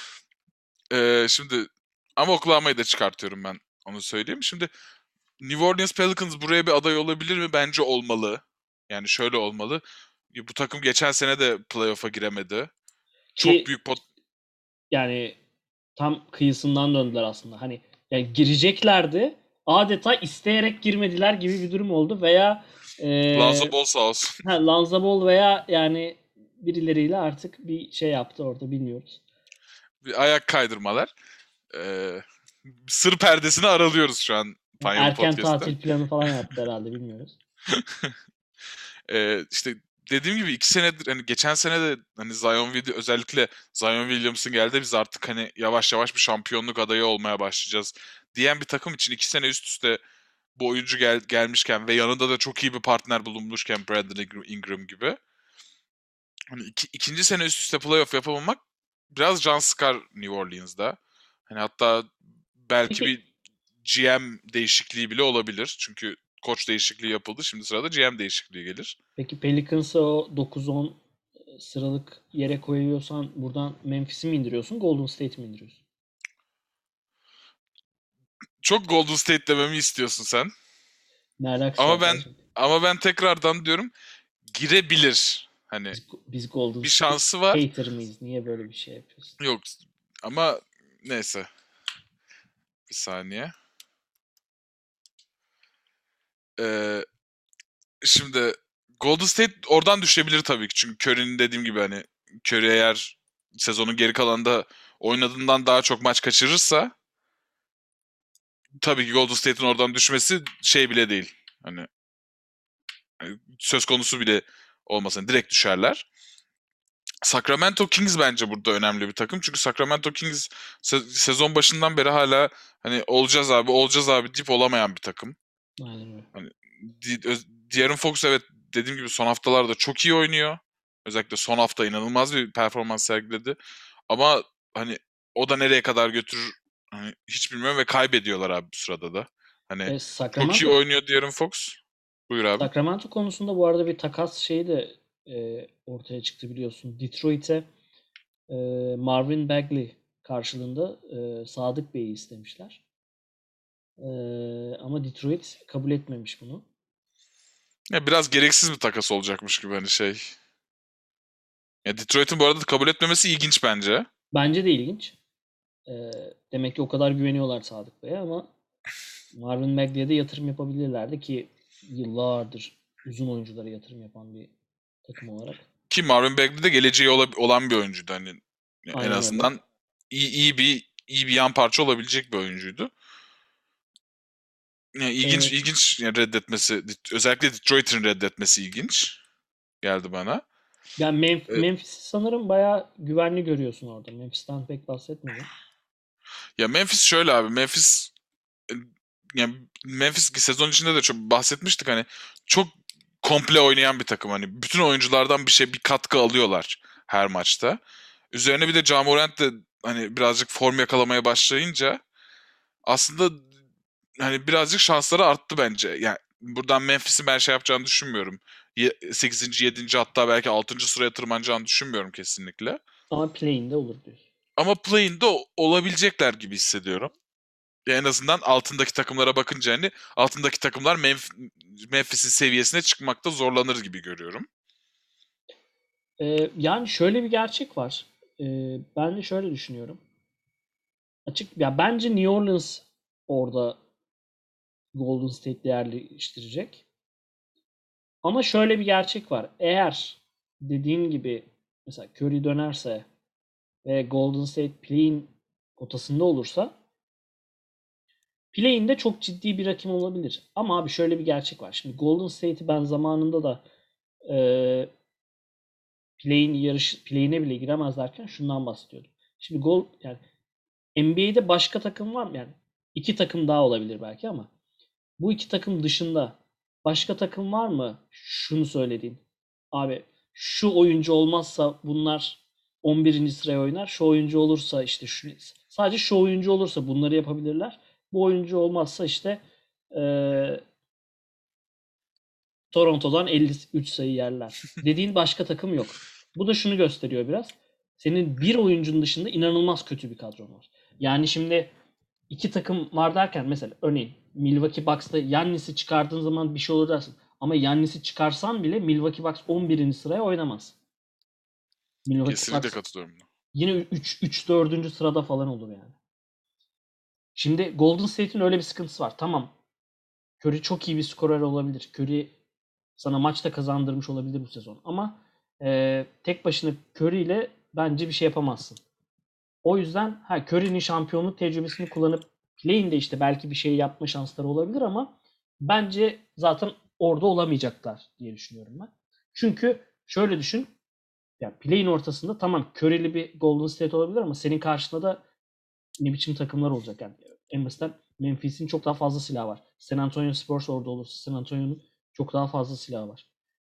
Şimdi ama Oklahoma'yı da çıkartıyorum ben. Onu söyleyeyim. Şimdi New Orleans Pelicans buraya bir aday olabilir mi? Bence olmalı. Yani şöyle olmalı. Bu takım geçen sene de playoff'a giremedi. Çok Ki büyük yani tam kıyısından döndüler aslında. Hani yani gireceklerdi. Adeta isteyerek girmediler gibi bir durum oldu veya Lonzo Ball sağ olsun. Lonzo Ball veya yani birileriyle artık bir şey yaptı orada bilmiyoruz. Bir ayak kaydırmalar. Ee, Sır perdesini aralıyoruz şu an Panyalı Erken Podcast'te. tatil planı falan yaptı herhalde bilmiyoruz. İşte dediğim gibi 2 senedir, hani geçen sene de hani özellikle Zion Williamson geldi, biz artık hani yavaş yavaş bir şampiyonluk adayı olmaya başlayacağız diyen bir takım için 2 sene üst üste bu oyuncu gelmişken ve yanında da çok iyi bir partner bulunmuşken Brandon Ingram gibi, hani ikinci sene üst üste playoff yapamamak biraz can sıkar New Orleans'da. Hani hatta belki Peki bir GM değişikliği bile olabilir. Çünkü koç değişikliği yapıldı. Şimdi sırada GM değişikliği gelir. peki Pelicans'ı o 9-10 sıralık yere koyuyorsan buradan Memphis'i mi indiriyorsun, Golden State'i mi indiriyorsun? Çok Golden State dememi istiyorsun sen. Ne alakası Ama var ben kardeşim? ama ben tekrardan diyorum, girebilir. Hani Biz Golden bir State şansı var. hater mıyız? Niye böyle bir şey yapıyorsun? Yok ama neyse, bir saniye. Ee, Şimdi Golden State oradan düşebilir tabii ki. Çünkü Curry'nin dediğim gibi, hani Curry eğer sezonun geri kalanında oynadığından daha çok maç kaçırırsa tabii ki Golden State'in oradan düşmesi bile değil. Hani söz konusu bile olmasın. Direkt düşerler. Sacramento Kings bence burada önemli bir takım. Çünkü Sacramento Kings sezon başından beri hala hani olacağız abi deyip olamayan bir takım. Aynen öyle. Hani De'Aaron Fox, evet, dediğim gibi son haftalarda çok iyi oynuyor. Özellikle son hafta inanılmaz bir performans sergiledi. Ama hani o da nereye kadar götürür hani hiç bilmiyorum ve kaybediyorlar abi bu sırada da. Hani çok iyi Sacramento oynuyor De'Aaron Fox. Buyur abi. Sacramento konusunda bu arada bir takas şeyi de ortaya çıktı biliyorsun. Detroit'e Marvin Bagley karşılığında Sadık Bey'i istemişler. Ama Detroit kabul etmemiş bunu. Ya biraz gereksiz bir takas olacakmış gibi, hani Ya Detroit'in bu arada kabul etmemesi ilginç bence. Bence de ilginç. Demek ki o kadar güveniyorlar Sadık Bey'e ama Marvin Bagley'e de yatırım yapabilirlerdi ki yıllardır uzun oyunculara yatırım yapan bir takım olarak. Ki Marvin Bagley de geleceği olan bir oyuncuydu. Hani en Aynen öyle. azından iyi bir yan parça olabilecek bir oyuncuydu. Yani Ee, ilginç yani reddetmesi, özellikle Detroit'in reddetmesi ilginç geldi bana. Yani E, Memphis'i sanırım bayağı güvenli görüyorsun orada. Memphis'ten pek bahsetmedin. Ya Memphis şöyle abi, e, yani Memphis sezon içinde de çok bahsetmiştik, hani çok komple oynayan bir takım, hani bütün oyunculardan bir katkı alıyorlar her maçta. Üzerine bir de Ja Morant de hani birazcık form yakalamaya başlayınca aslında hani birazcık şansları arttı bence. Yani buradan Memphis'in ben şey yapacağını düşünmüyorum. 8. 7. hatta belki 6. sıraya tırmanacağını düşünmüyorum kesinlikle. Ama play'inde olur diyorsun. Ama play-in'de olabilecekler gibi hissediyorum. En azından altındaki takımlara bakınca hani altındaki takımlar Memphis'in seviyesine çıkmakta zorlanır gibi görüyorum. Yani şöyle bir gerçek var. Ben de şöyle düşünüyorum. Açık ya bence New Orleans orada Golden State'le yerleştirecek. Ama şöyle bir gerçek var. Eğer dediğin gibi mesela Curry dönerse ve Golden State play-in potasında olursa play-in'de çok ciddi bir rakip olabilir. Ama abi şöyle bir gerçek var. Şimdi Golden State'i ben zamanında da e, play-in'e bile giremez derken şundan bahsediyordum. Şimdi yani NBA'de başka takım var mı? Yani iki takım daha olabilir belki ama bu iki takım dışında başka takım var mı? Şunu söylediğin. Abi şu oyuncu olmazsa bunlar 11. sıraya oynar. Şu oyuncu olursa işte sadece şu oyuncu olursa bunları yapabilirler. Bu oyuncu olmazsa işte eee, Toronto'dan 53 sayı yerler. Dediğin başka takım yok. Bu da şunu gösteriyor biraz. Senin bir oyuncunun dışında inanılmaz kötü bir kadron var. Yani şimdi iki takım var derken mesela örneğin Milwaukee Bucks'ta Yannis'i çıkardığın zaman bir şey olur dersin. Ama Yannis'i çıkarsan bile Milwaukee Bucks 11. sıraya oynamaz. Milwaukee Kesinlikle Bucks katılıyorum. yine 3 4. sırada falan olur yani. Şimdi Golden State'in öyle bir sıkıntısı var. Tamam. Curry çok iyi bir skorer olabilir. Curry sana maçta kazandırmış olabilir bu sezon. Ama tek başına Curry ile bence bir şey yapamazsın. O yüzden Curry'nin şampiyonluk tecrübesini kullanıp play'inde işte belki bir şey yapma şansları olabilir ama bence zaten orada olamayacaklar diye düşünüyorum ben. Çünkü şöyle düşün. Ya play'in ortasında tamam Curry'li bir Golden State olabilir ama senin karşında da ne biçim takımlar olacak yani. En basitten Memphis'in çok daha fazla silahı var. San Antonio Spurs orada olursa San Antonio'nun çok daha fazla silahı var.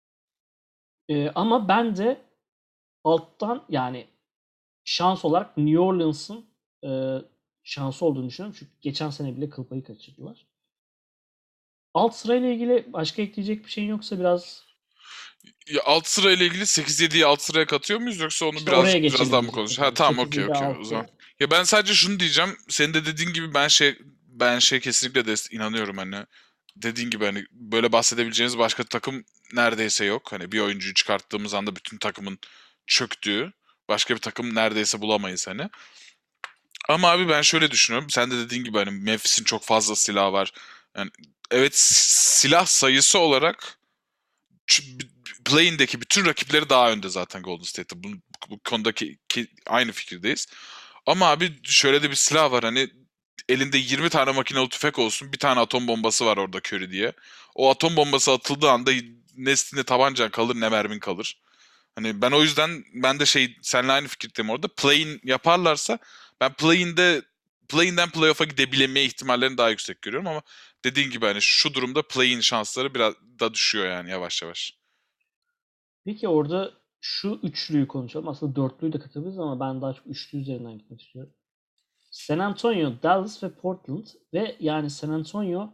Ama ben de alttan yani şans olarak New Orleans'ın şansı olduğunu düşünüyorum. Çünkü geçen sene bile kıl payı kaçırdılar. Alt sırayla ilgili başka ekleyecek bir şeyin yoksa biraz Ya alt sıra ile ilgili 8-7'yi alt sıraya katıyor muyuz, yoksa onu işte oraya biraz geçelim daha mı diyecektim. konuşuyoruz? Ha Yani tamam, 8, okey 7, okey o zaman. 6. Ya ben sadece şunu diyeceğim. Senin de dediğin gibi ben kesinlikle de inanıyorum hani. Dediğin gibi hani böyle bahsedebileceğiniz başka takım neredeyse yok. Hani bir oyuncuyu çıkarttığımız anda bütün takımın çöktüğü başka bir takım neredeyse bulamayız hani. Ama abi ben şöyle düşünüyorum. Sen de dediğin gibi hani Memphis'in çok fazla silahı var. Yani evet, silah sayısı olarak play'indeki bütün rakipleri daha önde zaten Golden State'te. Bu konudaki aynı fikirdeyiz. Ama abi şöyle de bir silah var, hani elinde 20 tane makinalı tüfek olsun, bir tane atom bombası var orada Curry diye. O atom bombası atıldığı anda ne tabancan kalır ne mermin kalır. Hani ben o yüzden ben de seninle aynı fikirdeyim orada. Play-in yaparlarsa ben play-in'den playoff'a gidebilme ihtimallerini daha yüksek görüyorum, ama dediğin gibi hani şu durumda play-in şansları biraz da düşüyor yani yavaş yavaş. Peki orada şu üçlüyü konuşalım. Aslında dörtlüyü de katabiliriz ama ben daha çok üçlü üzerinden gitmek istiyorum. San Antonio, Dallas ve Portland ve yani San Antonio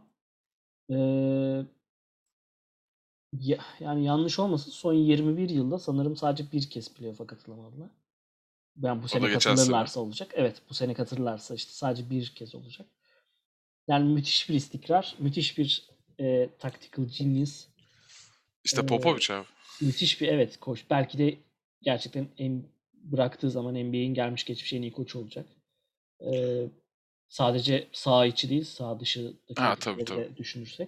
yani yanlış olmasın son 21 yılda sanırım sadece bir kez playoff'a katılamadılar. Ben bu O da sene geçen sene. katılırlarsa olacak. Evet, bu sene katılırlarsa işte sadece bir kez olacak. Yani müthiş bir istikrar, müthiş bir tactical genius, e, İşte Popovich abi. müthiş bir evet koç. Belki de gerçekten bıraktığı zaman NBA'in gelmiş geçmiş en iyi koç olacak. Sadece saha içi değil, saha dışındaki Ha, tabii etkileri tabii. de düşünürsek.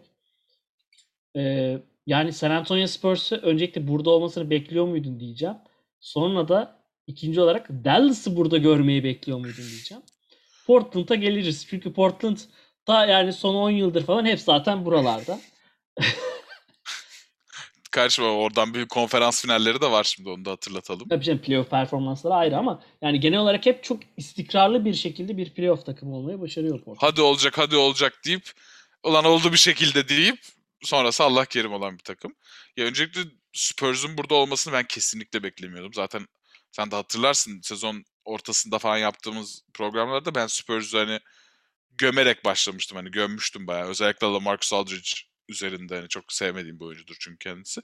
Yani San Antonio Spurs'u öncelikle burada olmasını bekliyor muydun diyeceğim. Sonra da ikinci olarak Dallas'ı burada görmeyi bekliyor muydun diyeceğim. Portland'a geliriz. Çünkü Portland da yani son 10 yıldır falan hep zaten buralarda. Karşı oradan bir konferans finalleri de var, şimdi onu da hatırlatalım. Tabii canım playoff performansları ayrı ama yani genel olarak hep çok istikrarlı bir şekilde bir playoff takımı olmayı başarıyor Portland. Hadi olacak, hadi olacak deyip, ulan oldu bir şekilde deyip sonrası Allah kerim olan bir takım. Ya öncelikle Spurs'un burada olmasını ben kesinlikle beklemiyordum. Zaten sen de hatırlarsın, sezon ortasında falan yaptığımız programlarda ben Spurs'u hani gömerek başlamıştım. Hani gömmüştüm bayağı. Özellikle LaMarcus Aldridge üzerinde, hani çok sevmediğim bir oyuncudur çünkü kendisi.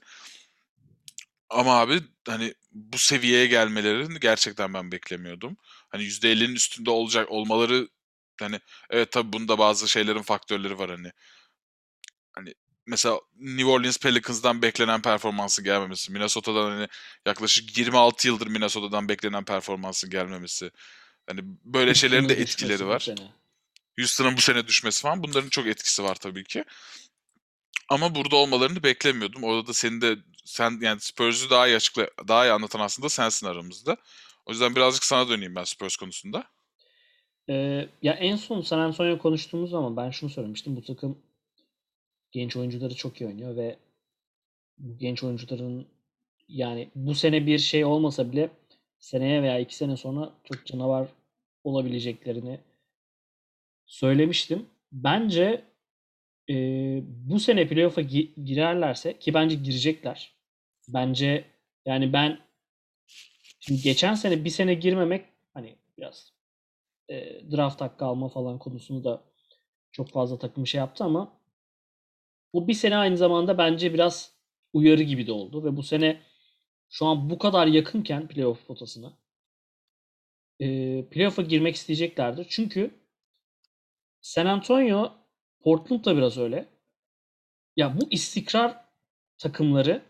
Ama abi hani bu seviyeye gelmelerini gerçekten ben beklemiyordum. Hani %50'nin üstünde olacak olmaları, hani evet tabii bunda bazı şeylerin faktörleri var hani mesela New Orleans Pelicans'dan beklenen performansın gelmemesi, Minnesota'dan hani yaklaşık 26 yıldır Minnesota'dan beklenen performansın gelmemesi. Hani böyle şeylerin de Houston'ın etkileri düşmesi bu var. sene. Houston'ın bu sene düşmesi falan, bunların çok etkisi var tabii ki. Ama burada olmalarını beklemiyordum. Orada da sen yani Spurs'u daha iyi daha iyi anlatan aslında sensin aramızda. O yüzden birazcık sana döneyim ben Spurs konusunda. Ya en son San Antonio konuştuğumuz zaman ben şunu söylemiştim. Bu takım genç oyuncuları çok iyi oynuyor ve bu genç oyuncuların yani bu sene bir şey olmasa bile seneye veya 2 sene sonra çok canavar olabileceklerini söylemiştim. Bence bu sene playoff'a girerlerse ki bence girecekler. Bence yani ben şimdi geçen sene bir sene girmemek hani biraz draft hakkı alma falan konusunu da çok fazla takım şey yaptı ama bu bir sene aynı zamanda bence biraz uyarı gibi de oldu ve bu sene şu an bu kadar yakınken playoff potasına playoff'a girmek isteyeceklerdir. Çünkü San Antonio, Portland da biraz öyle. Ya bu istikrar takımları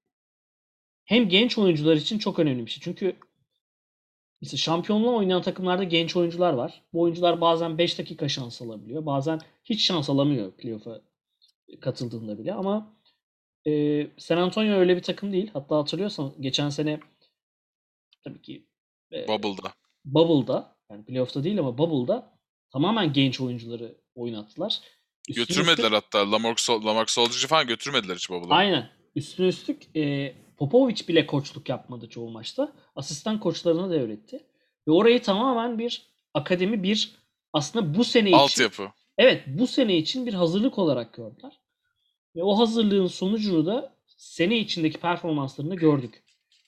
hem genç oyuncular için çok önemli bir şey. Çünkü mesela şampiyonluğa oynayan takımlarda genç oyuncular var. Bu oyuncular bazen 5 dakika şans alabiliyor. Bazen hiç şans alamıyor playoff'a katıldığında bile. Ama San Antonio öyle bir takım değil. Hatta hatırlıyorsan geçen sene tabii ki e, Bubble'da. Bubble'da yani playoff'ta değil ama Bubble'da tamamen genç oyuncuları oynattılar. Üstüne Götürmediler üstlük hatta. Lamarcus Aldridge'i falan götürmediler hiç Bubble'a. aynen. Üstüne üstlük Popovic bile koçluk yapmadı çoğu maçta. Asistan koçlarına da öğretti. Ve orayı tamamen bir akademi, bir aslında bu sene için Altyapı. evet bu sene için bir hazırlık olarak gördüler. Ve o hazırlığın sonucunu da sene içindeki performanslarını gördük.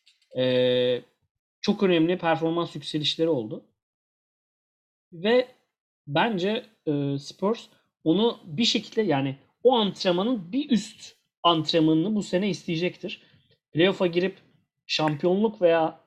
E, Çok önemli performans yükselişleri oldu. Ve bence Spurs onu bir şekilde yani o antrenmanın bir üst antrenmanını bu sene isteyecektir. Playoff'a girip şampiyonluk veya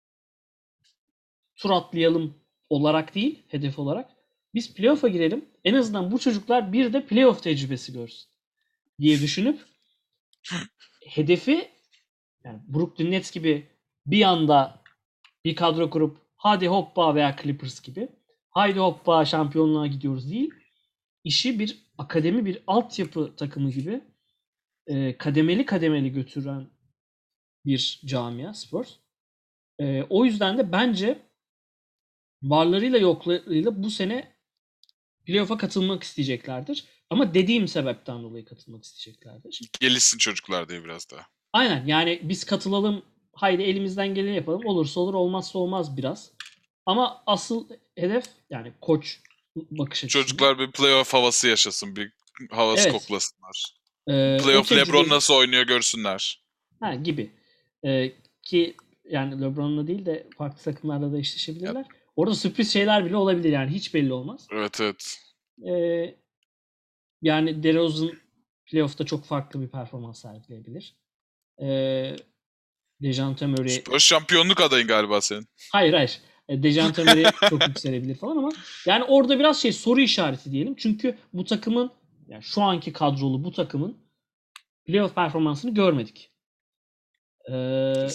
tur atlayalım olarak değil, hedef olarak. Biz playoff'a girelim. En azından bu çocuklar bir de playoff tecrübesi görsün diye düşünüp hedefi yani Brooklyn Nets gibi bir anda bir kadro kurup hadi hoppa veya Clippers gibi haydi hoppa şampiyonluğa gidiyoruz değil. İşi bir akademi, bir altyapı takımı gibi kademeli kademeli götüren bir camia Spurs. O yüzden de bence varlarıyla yoklarıyla bu sene playoff'a katılmak isteyeceklerdir. Ama dediğim sebepten dolayı katılmak isteyeceklerdir. Gelişsin çocuklar diye biraz daha. Aynen yani biz katılalım haydi elimizden geleni yapalım. Olursa olur olmazsa olmaz biraz. Ama asıl hedef yani koç bakış açısından. Çocuklar bir playoff havası yaşasın. Bir havası Evet. koklasınlar. O Playoff LeBron tecrübeyi nasıl oynuyor görsünler. ha, gibi. Ki yani LeBron'la değil de farklı takımlarla da Ya, eşleşebilirler. Orada sürpriz şeyler bile olabilir yani hiç belli olmaz. evet evet. Ee, Yani DeRozan playoff'ta çok farklı bir performans sergileyebilir. Ee, Dejounte Murray Spurs şampiyonluk adayın galiba senin. hayır hayır. Dejounte Murray çok yükselebilir falan ama yani orada biraz şey soru işareti diyelim. Çünkü bu takımın yani şu anki kadrolu bu takımın playoff performansını görmedik. Ee, Kesinlikle.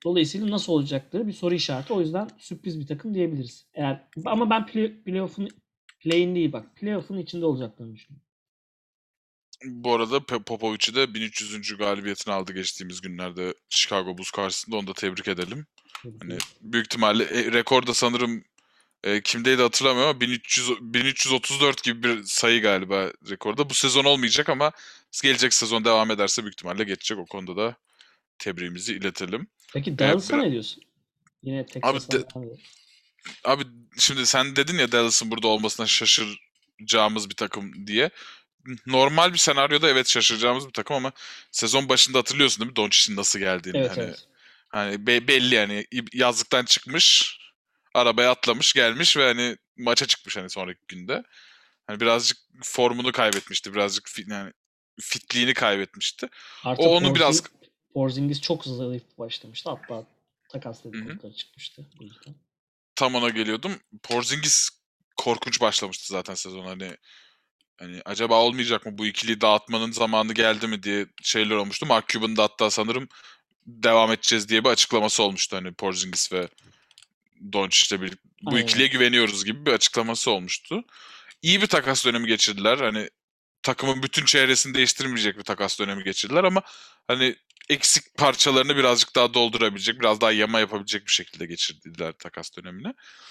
Dolayısıyla nasıl olacakları bir soru işareti. O yüzden sürpriz bir takım diyebiliriz. Ama ben playoff'un play'in değil bak. Playoff'un içinde olacaklarını düşünüyorum. Bu arada Popovic'i de 1300. galibiyetini aldı geçtiğimiz günlerde Chicago Bulls karşısında. Onu da tebrik edelim. Tebrik Hani ederiz. büyük ihtimalle rekor da sanırım kimdeydi hatırlamıyorum ama 1334 gibi bir sayı galiba rekorda. Bu sezon olmayacak ama gelecek sezon devam ederse büyük ihtimalle geçecek. O konuda da tebriğimizi iletelim. Peki E, Dallas'a bir- ne diyorsun? Yine abi Texas'tan devam edelim. abi şimdi sen dedin ya Dallas'ın burada olmasına şaşıracağımız bir takım diye. Normal bir senaryoda evet şaşıracağımız bir takım ama sezon başında hatırlıyorsun değil mi Doncic'in nasıl geldiğini Evet, hani evet. belli yani yazlıktan çıkmış, arabaya atlamış, gelmiş ve hani maça çıkmış hani sonraki günde. Hani birazcık formunu kaybetmişti, birazcık yani fitliğini kaybetmişti. Artı O onu biraz Porzingis çok zayıf başlamıştı. Hatta takas Hı hı. dedikoduları çıkmıştı bu yüzden. Tam ona geliyordum. Porzingis korkunç başlamıştı zaten sezon hani acaba olmayacak mı bu ikiliyi dağıtmanın zamanı geldi mi diye şeyler olmuştu. Mark Cuban'ın da hatta sanırım devam edeceğiz diye bir açıklaması olmuştu hani Porzingis ve Doncic'le birlikte. Bu Aynen. ikiliye güveniyoruz gibi bir açıklaması olmuştu. İyi bir takas dönemi geçirdiler. Hani takımın bütün çevresini değiştirmeyecek bir takas dönemi geçirdiler ama hani eksik parçalarını birazcık daha doldurabilecek, biraz daha yama yapabilecek bir şekilde geçirdiler takas dönemini.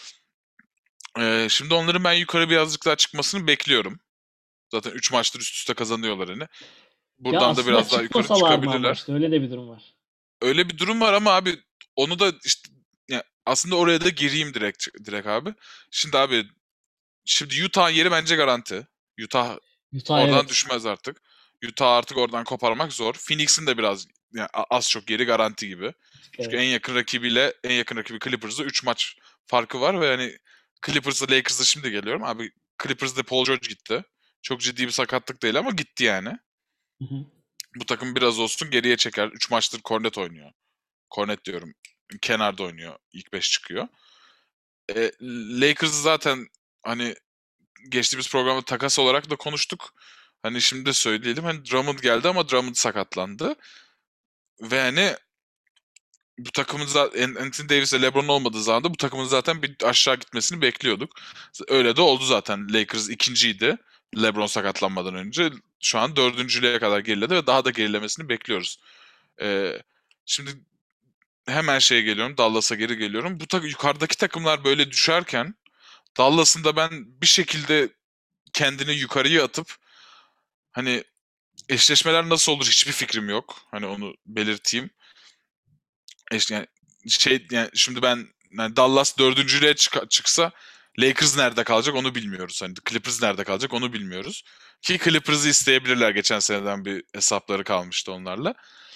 Şimdi onların ben yukarı birazcık daha çıkmasını bekliyorum. Zaten 3 maçtır üst üste kazanıyorlar hani. Ya Buradan da aslında biraz daha yukarı çıkmasalar mı ama çıkabilirler. işte öyle de bir durum var. Öyle bir durum var ama abi onu da işte ya aslında oraya da gireyim direkt abi. Şimdi abi şimdi Utah'ın yeri bence garanti. Utah Utah oradan evet. düşmez artık. Utah artık oradan koparmak zor. Phoenix'in de biraz yani az çok yeri garanti gibi. Çünkü Evet. en yakın rakibi Clippers'la 3 maç farkı var ve hani Clippers'la Lakers'la şimdi geliyorum. Abi Clippers'da Paul George gitti. Çok ciddi bir sakatlık değil ama gitti yani. Hı hı. Bu takım biraz olsun geriye çeker. 3 maçtır Cornet oynuyor. Cornet diyorum. Kenarda oynuyor. İlk 5 çıkıyor. Lakers zaten hani geçtiğimiz programda takas olarak da konuştuk. Hani şimdi de söyleyelim. Hani Drummond geldi ama Drummond sakatlandı. Ve hani bu takımın zaten Anthony Davis ile LeBron olmadığı zaman da bu takımın zaten bir aşağı gitmesini bekliyorduk. Öyle de oldu zaten. Lakers ikinciydi. LeBron sakatlanmadan önce. Şu an dördüncülüğe kadar geriledi ve daha da gerilemesini bekliyoruz. Ee, Şimdi hemen şeye geliyorum. Dallas'a geri geliyorum. Yukarıdaki takımlar böyle düşerken Dallas'ın da ben bir şekilde kendini yukarıya atıp hani eşleşmeler nasıl olur hiçbir fikrim yok. Hani onu belirteyim. Yani yani şimdi ben yani Dallas dördüncülüğe çıksa Lakers nerede kalacak onu bilmiyoruz. Hani Clippers nerede kalacak onu bilmiyoruz. Ki Clippers'ı isteyebilirler, geçen seneden bir hesapları kalmıştı onlarla.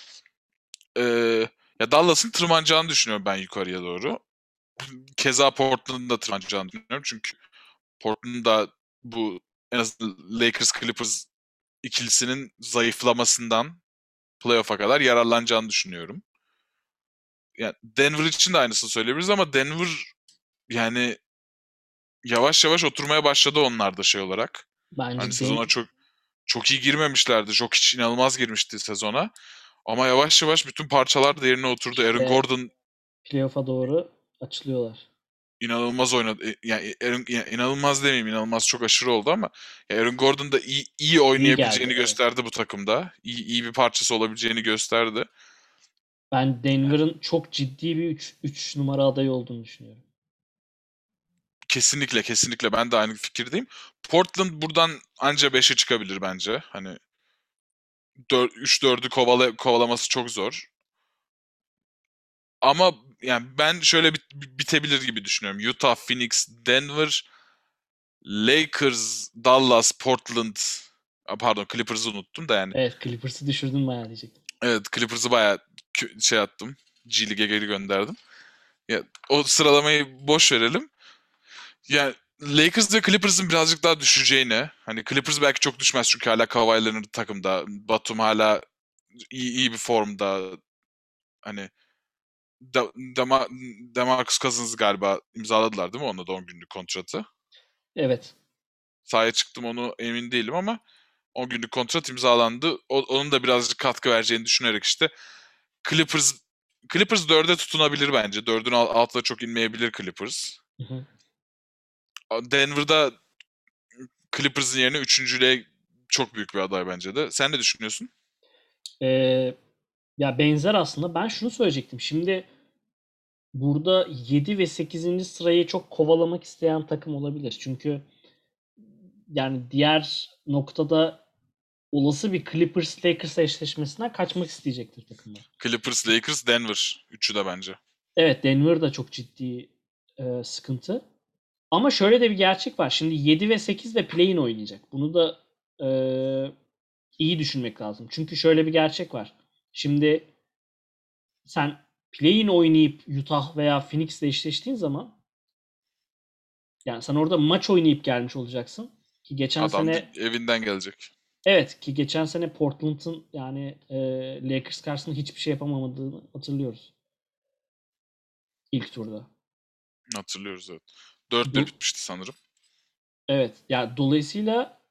Ya Dallas'ın tırmanacağını düşünüyorum ben yukarıya doğru. Keza Portland'ın da tırmanacağını düşünüyorum. Çünkü Portland'ın da bu en azından Lakers Clippers ikilisinin zayıflamasından playoff'a kadar yararlanacağını düşünüyorum. Yani Denver için de aynısını söyleyebiliriz ama Denver yani yavaş yavaş oturmaya başladı onlar da şey olarak. Hani Bence sezona çok iyi girmemişlerdi. Çok hiç inanılmaz girmişti sezona. Ama yavaş yavaş bütün parçalar da yerine oturdu. Aaron işte Gordon playoff'a doğru açılıyorlar. inanılmaz oynadı. Yani inanılmaz demeyeyim, inanılmaz çok aşırı oldu ama Aaron Gordon da iyi İyi geldi. oynayabileceğini Evet. gösterdi bu takımda. İyi bir parçası olabileceğini gösterdi. Ben Denver'ın çok ciddi bir 3 numara adayı olduğunu düşünüyorum. Kesinlikle ben de aynı fikirdeyim. Portland buradan anca 5'e çıkabilir bence. Hani 3-4'ü kovalaması çok zor. Ama yani ben şöyle bitebilir gibi düşünüyorum. Utah, Phoenix, Denver, Lakers, Dallas, Portland. Pardon, Clippers'ı unuttum da yani. Evet, Clippers'ı düşürdün bayağı diyecektim. Evet, Clippers'ı bayağı şey attım. G League'e geri gönderdim. Ya, o sıralamayı boş verelim. Yani Lakers ve Clippers'ın birazcık daha düşeceğini, hani Clippers belki çok düşmez çünkü hala Kawhi Leonard takımda. Batum hala iyi bir formda. Hani DeMarcus Cousins'ı galiba imzaladılar değil mi? Onunla da 10 günlük kontratı. Evet. Sahaya çıktım onu emin değilim ama 10 günlük kontrat imzalandı. Onun da birazcık katkı vereceğini düşünerek işte Clippers Clippers 4'e tutunabilir bence. 4'ün altına çok inmeyebilir Clippers. Hı hı. Denver'da Clippers'ın yerine üçüncülüğe çok büyük bir aday bence de. Sen ne düşünüyorsun? Ee, Ya benzer aslında. Ben şunu söyleyecektim. Şimdi burada 7 ve 8. sırayı çok kovalamak isteyen takım olabilir. Çünkü yani diğer noktada olası bir Clippers Lakers eşleşmesinden kaçmak isteyecektir takımlar. Clippers, Lakers, Denver. Üçü de bence. Evet, Denver da çok ciddi sıkıntı. Ama şöyle de bir gerçek var. Şimdi 7 ve 8 de play-in oynayacak. Bunu da e, iyi düşünmek lazım. Çünkü şöyle bir gerçek var. Şimdi sen play-in oynayıp Utah veya Phoenix'le eşleştiğin zaman yani sen orada maç oynayıp gelmiş olacaksın. Ki geçen Adam sene evinden gelecek. evet ki geçen sene Portland'ın yani Lakers karşısında hiçbir şey yapamadığını hatırlıyoruz ilk turda. Hatırlıyoruz, evet. 4-1 Do- bitmişti sanırım. evet yani dolayısıyla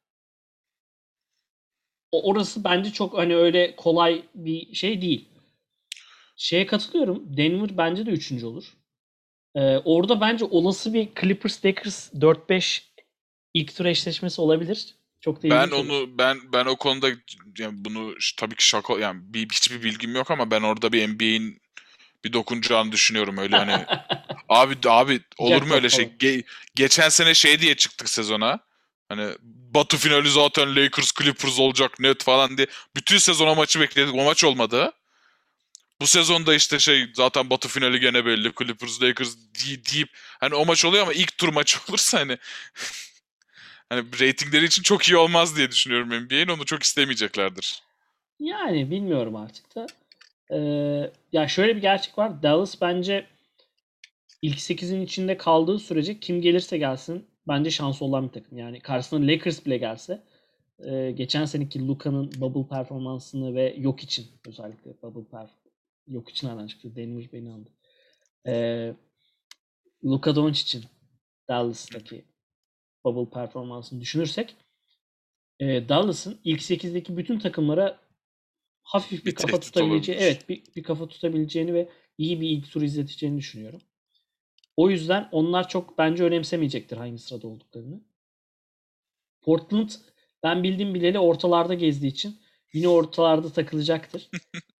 orası bence çok hani öyle kolay bir şey değil. Şeye katılıyorum. Denver bence de üçüncü olur. Orada bence olası bir Clippers Lakers 4-5 ilk tur eşleşmesi olabilir. Çok da Ben ilginç olur. onu ben o konuda yani bunu tabii ki şaka yani hiçbir bilgim yok ama ben orada bir NBA'in bir dokunacağını düşünüyorum öyle hani. Abi olur mu Jackpot öyle şey? falan. Geçen sene şey diye çıktık sezona. Hani Batı finali zaten Lakers Clippers olacak net falan diye. Bütün sezon o maçı bekledik. O maç olmadı. Bu sezonda işte şey zaten Batı finali gene belli. Clippers Lakers deyip hani o maç oluyor ama ilk tur maçı olursa hani reytingleri için çok iyi olmaz diye düşünüyorum NBA'in. Onu çok istemeyeceklerdir. Yani bilmiyorum artık da. Ya şöyle bir gerçek var. Dallas bence ilk 8'in içinde kaldığı sürece kim gelirse gelsin bence şansı olan bir takım. Yani karşısına Lakers bile gelse geçen seneki Luka'nın bubble performansını ve yok için özellikle yok için nereden çıktı? Denver beni andı. Ee, Luka Doncic'in Dallas'taki bubble performansını düşünürsek Dallas'ın ilk 8'deki bütün takımlara hafif Bir bir kafa tehdit tutabileceği, olabilir. evet bir kafa tutabileceğini ve iyi bir ilk tur izleteceğini düşünüyorum. O yüzden onlar çok bence önemsemeyecektir hangi sırada olduklarını. Portland ben bildiğim bileli ortalarda gezdiği için yine ortalarda takılacaktır.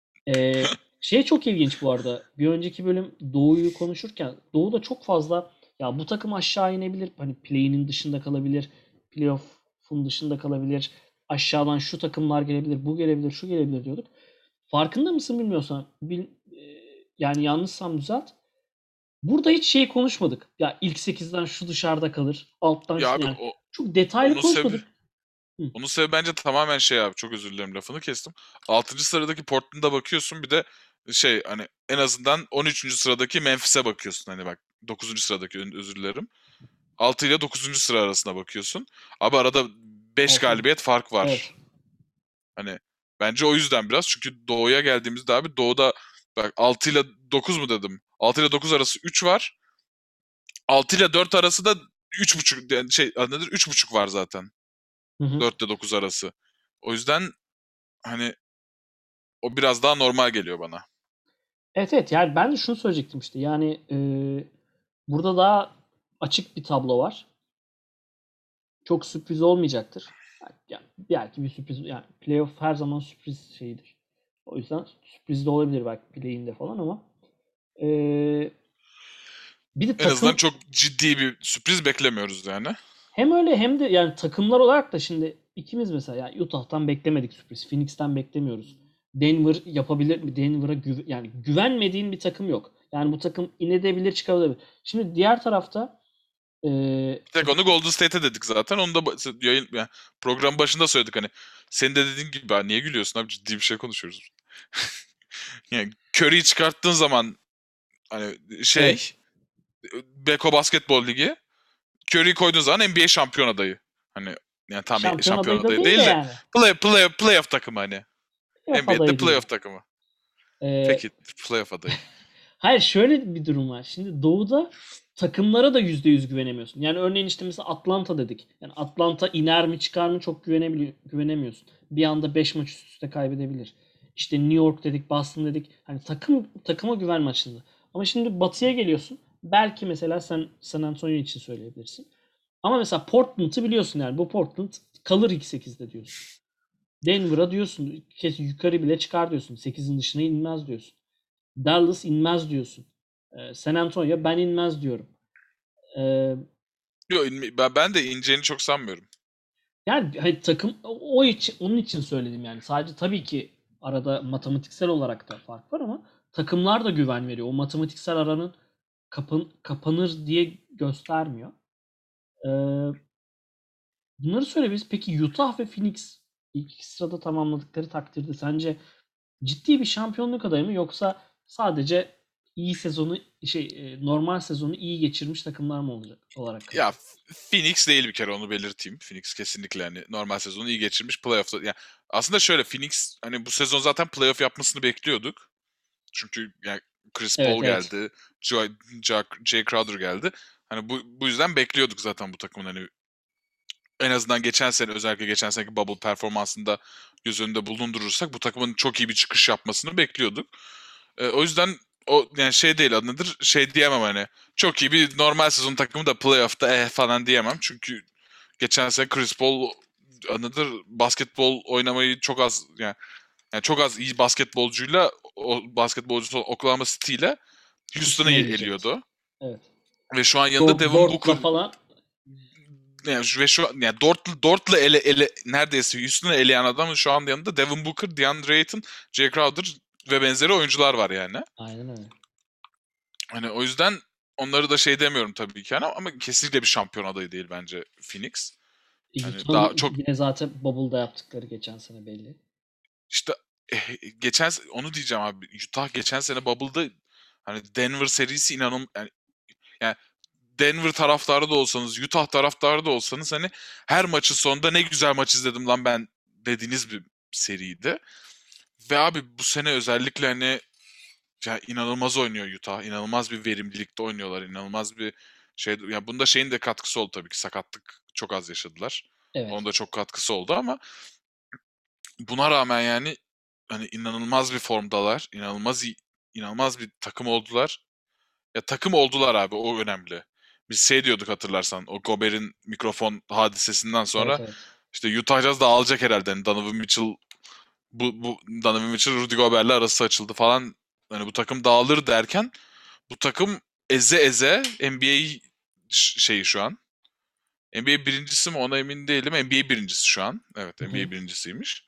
Şey çok ilginç bu arada. Bir önceki bölüm Doğu'yu konuşurken Doğu'da çok fazla ya bu takım aşağı inebilir. Hani play-in'in dışında kalabilir. Playoff'un dışında kalabilir. Aşağıdan şu takımlar gelebilir, bu gelebilir, şu gelebilir diyorduk. Farkında mısın bilmiyorsan yani yanlışsam düzelt. Burada hiç şey konuşmadık. Ya ilk 8'den şu dışarıda kalır. Alttan Ya şu abi yani. Çok detaylı onun sebebi konuşmadık. Hı. onun sebebi bence tamamen şey abi, çok özür dilerim lafını kestim. 6. sıradaki Portland'a bakıyorsun, bir de şey hani en azından 13. sıradaki Memphis'e bakıyorsun, hani bak 9. sıradaki, özür dilerim. 6 ile 9. sıra arasına bakıyorsun. Abi arada 5 Altın. galibiyet fark Evet. var. Hani bence o yüzden biraz, çünkü Doğu'ya geldiğimizde abi Doğu'da bak 6 ile 9 mu dedim? 6 ile 9 arası 3 var. 6 ile 4 arası da 3,5 yani şey adı nedir? 3,5 var zaten. Hı hı. 4 ile 9 arası. O yüzden hani o biraz daha normal geliyor bana. Evet evet yani ben de şunu söyleyecektim işte yani burada daha açık bir tablo var. Çok sürpriz olmayacaktır. Yani belki bir sürpriz yani playoff her zaman sürpriz şeyidir. O yüzden sürpriz de olabilir belki play'inde falan ama eee, bir de En azından takım çok ciddi bir sürpriz beklemiyoruz yani. hem öyle hem de yani takımlar olarak da şimdi ikimiz mesela yani Utah'tan beklemedik sürpriz. Phoenix'ten beklemiyoruz. Denver yapabilir mi? Denver'a yani güvenmediğin bir takım yok. Yani bu takım inebilir çıkabilir. Şimdi diğer tarafta Bir tek onu Golden State'e dedik zaten. Onu da yayın yani program başında söyledik hani. Senin de dediğin gibi, "Ha, niye gülüyorsun abi, ciddi bir şey konuşuyoruz." Yani Curry'i çıkarttığın zaman hani evet, şey Beko Basketbol Ligi, Curry'i koyduğun zaman NBA şampiyon adayı. Hani yani tam şampiyon şampiyon adayı da adayı değil de değil de yani. playoff takımı hani. Playoff NBA'de adayı diyeyim. playoff takımı. Ee, Peki playoff adayı. hayır şöyle bir durum var. Şimdi Doğu'da takımlara da %100 güvenemiyorsun. Yani örneğin işte mesela Atlanta dedik. Yani Atlanta iner mi çıkar mı çok güvenemiyorsun. Bir anda 5 maç üst üste kaybedebilir. İşte New York dedik, Boston dedik. Hani takıma güven maçında. Ama şimdi Batı'ya geliyorsun. Belki mesela sen San Antonio için söyleyebilirsin. Ama mesela Portland'ı biliyorsun yani. Bu Portland kalır ilk 8'de diyorsun. Denver'a diyorsun. Kesin yukarı bile çıkar diyorsun. 8'in dışına inmez diyorsun. Dallas inmez diyorsun. San Antonio ben inmez diyorum. Ee, Yo, ben de ineceğini çok sanmıyorum. Yani hani takım onun için söyledim yani. Sadece tabii ki arada matematiksel olarak da fark var ama takımlar da güven veriyor. O matematiksel aranın kapanır diye göstermiyor. Ee, Bunları söyleyebiliriz. Peki Utah ve Phoenix ilk iki sırada tamamladıkları takdirde sence ciddi bir şampiyonluk adayı mı yoksa sadece iyi sezonu normal sezonu iyi geçirmiş takımlar mı olacak olarak Ya kalacak? Phoenix değil, bir kere onu belirteyim. Phoenix kesinlikle hani normal sezonu iyi geçirmiş, playoff'ta. Yani aslında şöyle, Phoenix hani bu sezon zaten playoff yapmasını bekliyorduk. Çünkü yani Chris Evet, Paul evet. geldi, Jay Crowder geldi. Hani bu yüzden bekliyorduk zaten bu takımın hani en azından geçen sene, özellikle geçen seneki bubble performansında göz önünde bulundurursak bu takımın çok iyi bir çıkış yapmasını bekliyorduk. O yüzden o yani şey değil, adı nedir? Şey diyemem hani. Çok iyi bir normal sezon takımı da playoff'ta falan diyemem. Çünkü geçen sene Chris Paul adı nedir? Basketbol oynamayı çok az yani çok az iyi basketbolcuyla, o basketbolcusu Oklahoma City ile Houston'ı Üstüne gidecekti. eliyordu. Evet. Ve şu an yanında Devin Dort'la Booker, falan. yani ve şu yani Dort'la neredeyse Houston'ı eleyen adamın şu an yanında Devin Booker, DeAndre Ayton, Jay Crowder ve benzeri oyuncular var yani. Aynen öyle. Hani o yüzden onları da şey demiyorum tabii ki, ama kesinlikle bir şampiyon adayı değil bence Phoenix. Hani Utah'ın daha çok yine zaten bubble'da yaptıkları geçen sene belli. işte onu diyeceğim abi. Utah geçen sene Bubble'da hani Denver serisi yani Denver taraftarı da olsanız, Utah taraftarı da olsanız hani her maçın sonunda ne güzel maç izledim lan ben dediğiniz bir seriydi. Ve abi bu sene özellikle hani ya inanılmaz oynuyor Utah. İnanılmaz bir verimlilikte oynuyorlar. İnanılmaz bir şey. Ya bunda şeyin de katkısı oldu tabii ki. Sakatlık çok az yaşadılar. Onun Evet. da çok katkısı oldu ama buna rağmen yani hani inanılmaz bir formdalar. İnanılmaz bir takım oldular. Ya takım oldular abi, o önemli. Biz şey diyorduk, hatırlarsan o Gobert'in mikrofon hadisesinden Evet, sonra evet. işte Utah Jazz dağılacak herhalde. Yani Donovan Mitchell bu Donovan Mitchell Rudy Gobert'le arası açıldı falan. Hani bu takım dağılır derken bu takım eze eze NBA şeyi şu an. NBA birincisi mi ona emin değilim. NBA birincisi şu an. Evet, Hı hı. NBA birincisiymiş.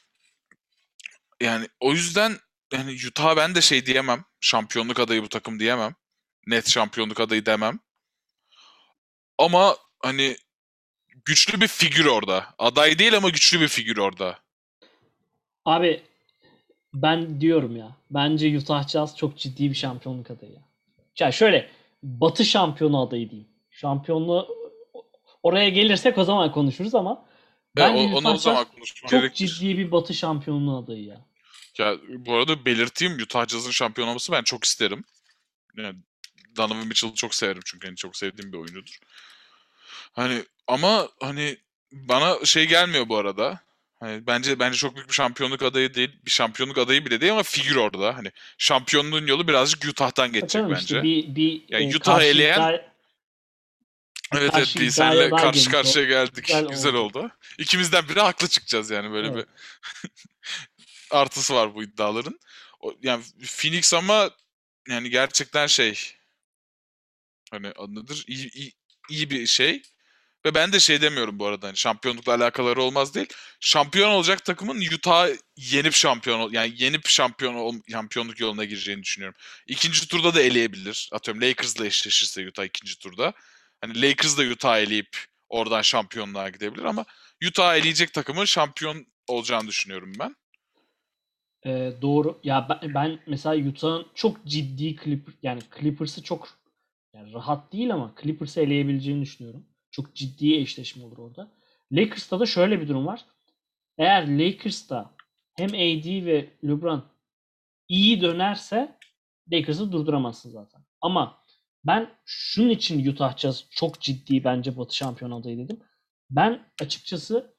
Yani o yüzden yani Utah ben de şey diyemem. Şampiyonluk adayı bu takım diyemem. Net şampiyonluk adayı demem. Ama hani güçlü bir figür orada. Aday değil ama güçlü bir figür orada. Abi ben diyorum ya. Bence Utah Jazz çok ciddi bir şampiyonluk adayı ya. Ya şöyle Batı şampiyonu adayı diyeyim. Şampiyonluğu oraya gelirsek o zaman konuşuruz ama bence Onu o Utah Jazz zaman konuşmak çok gerekir. ciddi bir Batı şampiyonluğu adayı ya. Ya bu arada belirteyim, Utah Jazz'ın şampiyon olması ben çok isterim. Yani Donovan Mitchell'ı çok severim çünkü hani çok sevdiğim bir oyuncudur. Hani ama hani bana şey gelmiyor bu arada. Hani bence çok büyük bir şampiyonluk adayı değil. Bir şampiyonluk adayı bile değil ama figür orada. Hani şampiyonluğun yolu birazcık Utah'tan geçecek Bakalım işte bence. Yani Utah'ı karşı eleyen, iddia evet evet, karşı değil, iddiaya senle var karşı demiş karşıya olduk. geldik. Güzel Güzel oldu. oldu. İkimizden biri haklı çıkacağız yani, böyle bir Evet. artısı var bu iddiaların. Yani Phoenix ama yani gerçekten şey, hani adıdır iyi bir şey. Ve ben de şey demiyorum bu arada, hani şampiyonlukla alakaları olmaz değil. Şampiyon olacak takımın Utah'ı yenip yani yenip şampiyonluk yoluna gireceğini düşünüyorum. İkinci turda da eleyebilir. Atıyorum Lakers'la eşleşirse Utah ikinci turda. Hani Lakers da Utah'ı eleyip oradan şampiyonluğa gidebilir ama Utah'ı eleyecek takımın şampiyon olacağını düşünüyorum ben. Doğru. Ya ben mesela Utah'ın çok ciddi yani Clippers'ı çok yani rahat değil ama Clippers'ı eleyebileceğini düşünüyorum. Çok ciddi eşleşme olur orada. Lakers'ta da şöyle bir durum var. Eğer Lakers'ta hem AD ve LeBron iyi dönerse Lakers'ı durduramazsın zaten. Ama ben şunun için Utah Jazz çok ciddi bence Batı şampiyon adayı dedim. Ben açıkçası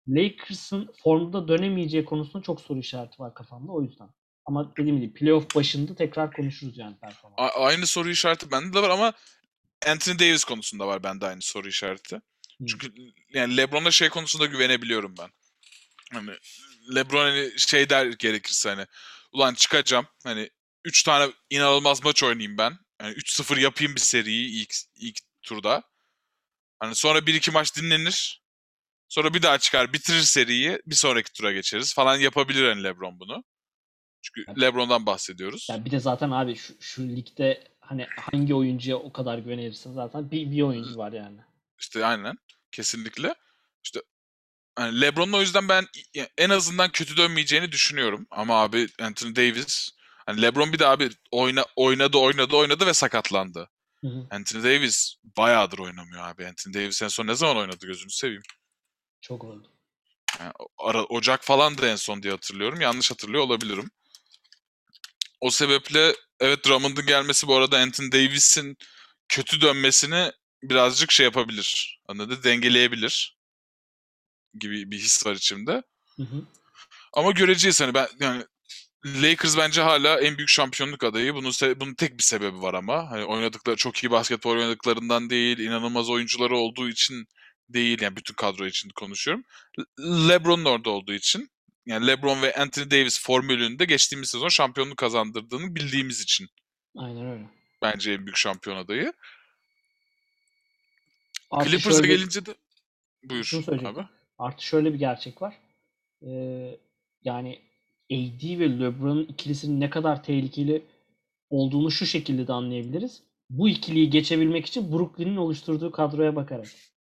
Lakers'ın formda dönemeyeceği konusunda çok soru işareti var kafamda o yüzden. Ama dediğim gibi playoff başında tekrar konuşuruz yani performans. Aynı soru işareti bende de var ama Anthony Davis konusunda var bende aynı soru işareti. Çünkü yani LeBron'a şey konusunda güvenebiliyorum ben. Hani LeBron hani şey der gerekirse hani ulan çıkacağım hani 3 tane inanılmaz maç oynayayım ben. Yani 3-0 yapayım bir seriyi ilk turda. Hani sonra bir iki maç dinlenir. Sonra bir daha çıkar bitirir seriyi. Bir sonraki tura geçeriz falan yapabilir hani LeBron bunu. Çünkü LeBron'dan bahsediyoruz. Ya bir de zaten abi şu ligde hani hangi oyuncuya o kadar güvenirsin zaten bir oyuncu var yani. İşte aynen. Kesinlikle. İşte hani LeBron'un o yüzden ben en azından kötü dönmeyeceğini düşünüyorum. Ama abi Anthony Davis hani LeBron bir de abi oynadı ve sakatlandı. Hı hı. Anthony Davis bayağıdır oynamıyor abi. Anthony Davis en son ne zaman oynadı gözünü seveyim. Çok oldu. Yani Ocak falan da en son diye hatırlıyorum. Yanlış hatırlıyor olabilirim. O sebeple evet Drummond'un gelmesi bu arada Anthony Davis'in kötü dönmesini birazcık şey yapabilir. Anladın? Dengeleyebilir gibi bir his var içimde. Hı hı. Ama göreceğiz hani ben yani Lakers bence hala en büyük şampiyonluk adayı. Bunun tek bir sebebi var ama. Hani oynadıkları çok iyi basketbol oynadıklarından değil, inanılmaz oyuncuları olduğu için değil. Yani bütün kadro için konuşuyorum. LeBron'un orada olduğu için. Yani LeBron ve Anthony Davis formülünde geçtiğimiz sezon şampiyonluk kazandırdığını bildiğimiz için Aynen öyle. bence en büyük şampiyon adayı. Artı Clippers'a şöyle gelince de şunu buyur abi. söyleyecektim. Artı şöyle bir gerçek var. Yani AD ve LeBron'un ikilisinin ne kadar tehlikeli olduğunu şu şekilde de anlayabiliriz. Bu ikiliyi geçebilmek için Brooklyn'in oluşturduğu kadroya bakarak.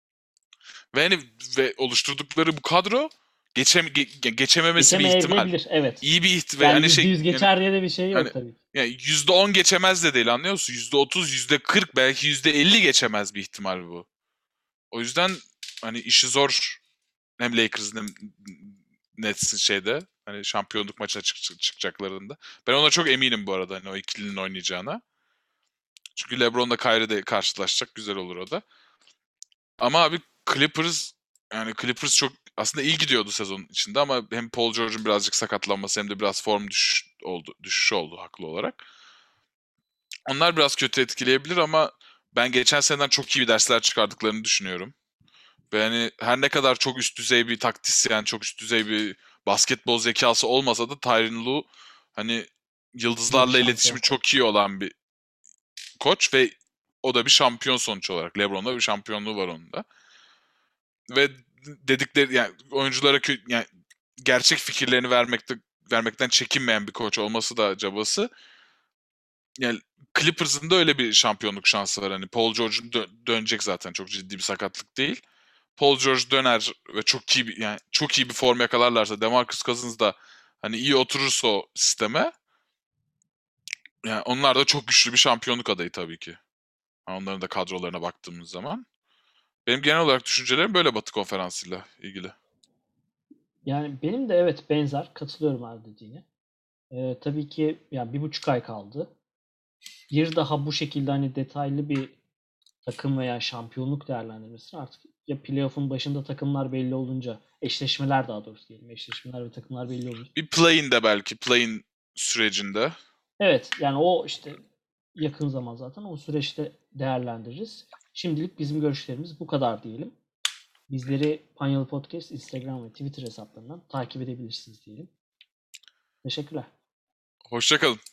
Ve oluşturdukları bu kadro geçememesi bir ihtimal. Geçemeyebilir, evet. İyi bir ihtimal. Yani Hani %100 yani geçer diye de bir şey hani yok tabii ki. yani %10 geçemez de değil anlıyor musun? %30, %40 belki %50 geçemez bir ihtimal bu. O yüzden hani işi zor hem Lakers'ın hem Nets'in şeyde hani şampiyonluk maçına çıkacaklarında. Ben ona çok eminim bu arada hani o ikilinin oynayacağına. Çünkü LeBron'la Kyrie de karşılaşacak. Güzel olur o da. Ama abi Clippers çok aslında iyi gidiyordu sezon içinde ama hem Paul George'un birazcık sakatlanması hem de biraz form düşüş oldu haklı olarak. Onlar biraz kötü etkileyebilir ama ben geçen seneden çok iyi bir dersler çıkardıklarını düşünüyorum. Ve hani her ne kadar çok üst düzey bir taktisyen, çok üst düzey bir basketbol zekası olmasa da Tyronn Lue hani Net yıldızlarla iletişimi şampiyon. çok iyi olan bir koç ve o da bir şampiyon sonuç olarak. LeBron'da bir şampiyonluğu var onun da. Ve dedikleri yani oyunculara yani gerçek fikirlerini vermekten çekinmeyen bir koç olması da cabası. Yani Clippers'ın da öyle bir şampiyonluk şansı var. Hani Paul George'un dönecek zaten çok ciddi bir sakatlık değil. Paul George döner ve çok iyi bir form yakalarlarsa DeMarcus Cousins da hani iyi oturursa o sisteme yani onlar da çok güçlü bir şampiyonluk adayı tabii ki. Onların da kadrolarına baktığımız zaman. Benim genel olarak düşüncelerim böyle Batı Konferansı'yla ilgili. Yani benim de evet benzer. Katılıyorum her dediğine. Tabii ki yani 1,5 ay kaldı. Bir daha bu şekilde hani detaylı bir takım veya şampiyonluk değerlendirmesini artık ya playoff'un başında takımlar belli olunca eşleşmeler daha doğrusu diyelim. Eşleşmeler ve takımlar belli olunca. Bir play-in'de belki play-in sürecinde. Evet yani o işte yakın zaman zaten o süreçte değerlendiririz. Şimdilik bizim görüşlerimiz bu kadar diyelim. Bizleri Panyalı Podcast Instagram ve Twitter hesaplarından takip edebilirsiniz diyelim. Teşekkürler. Hoşça kalın.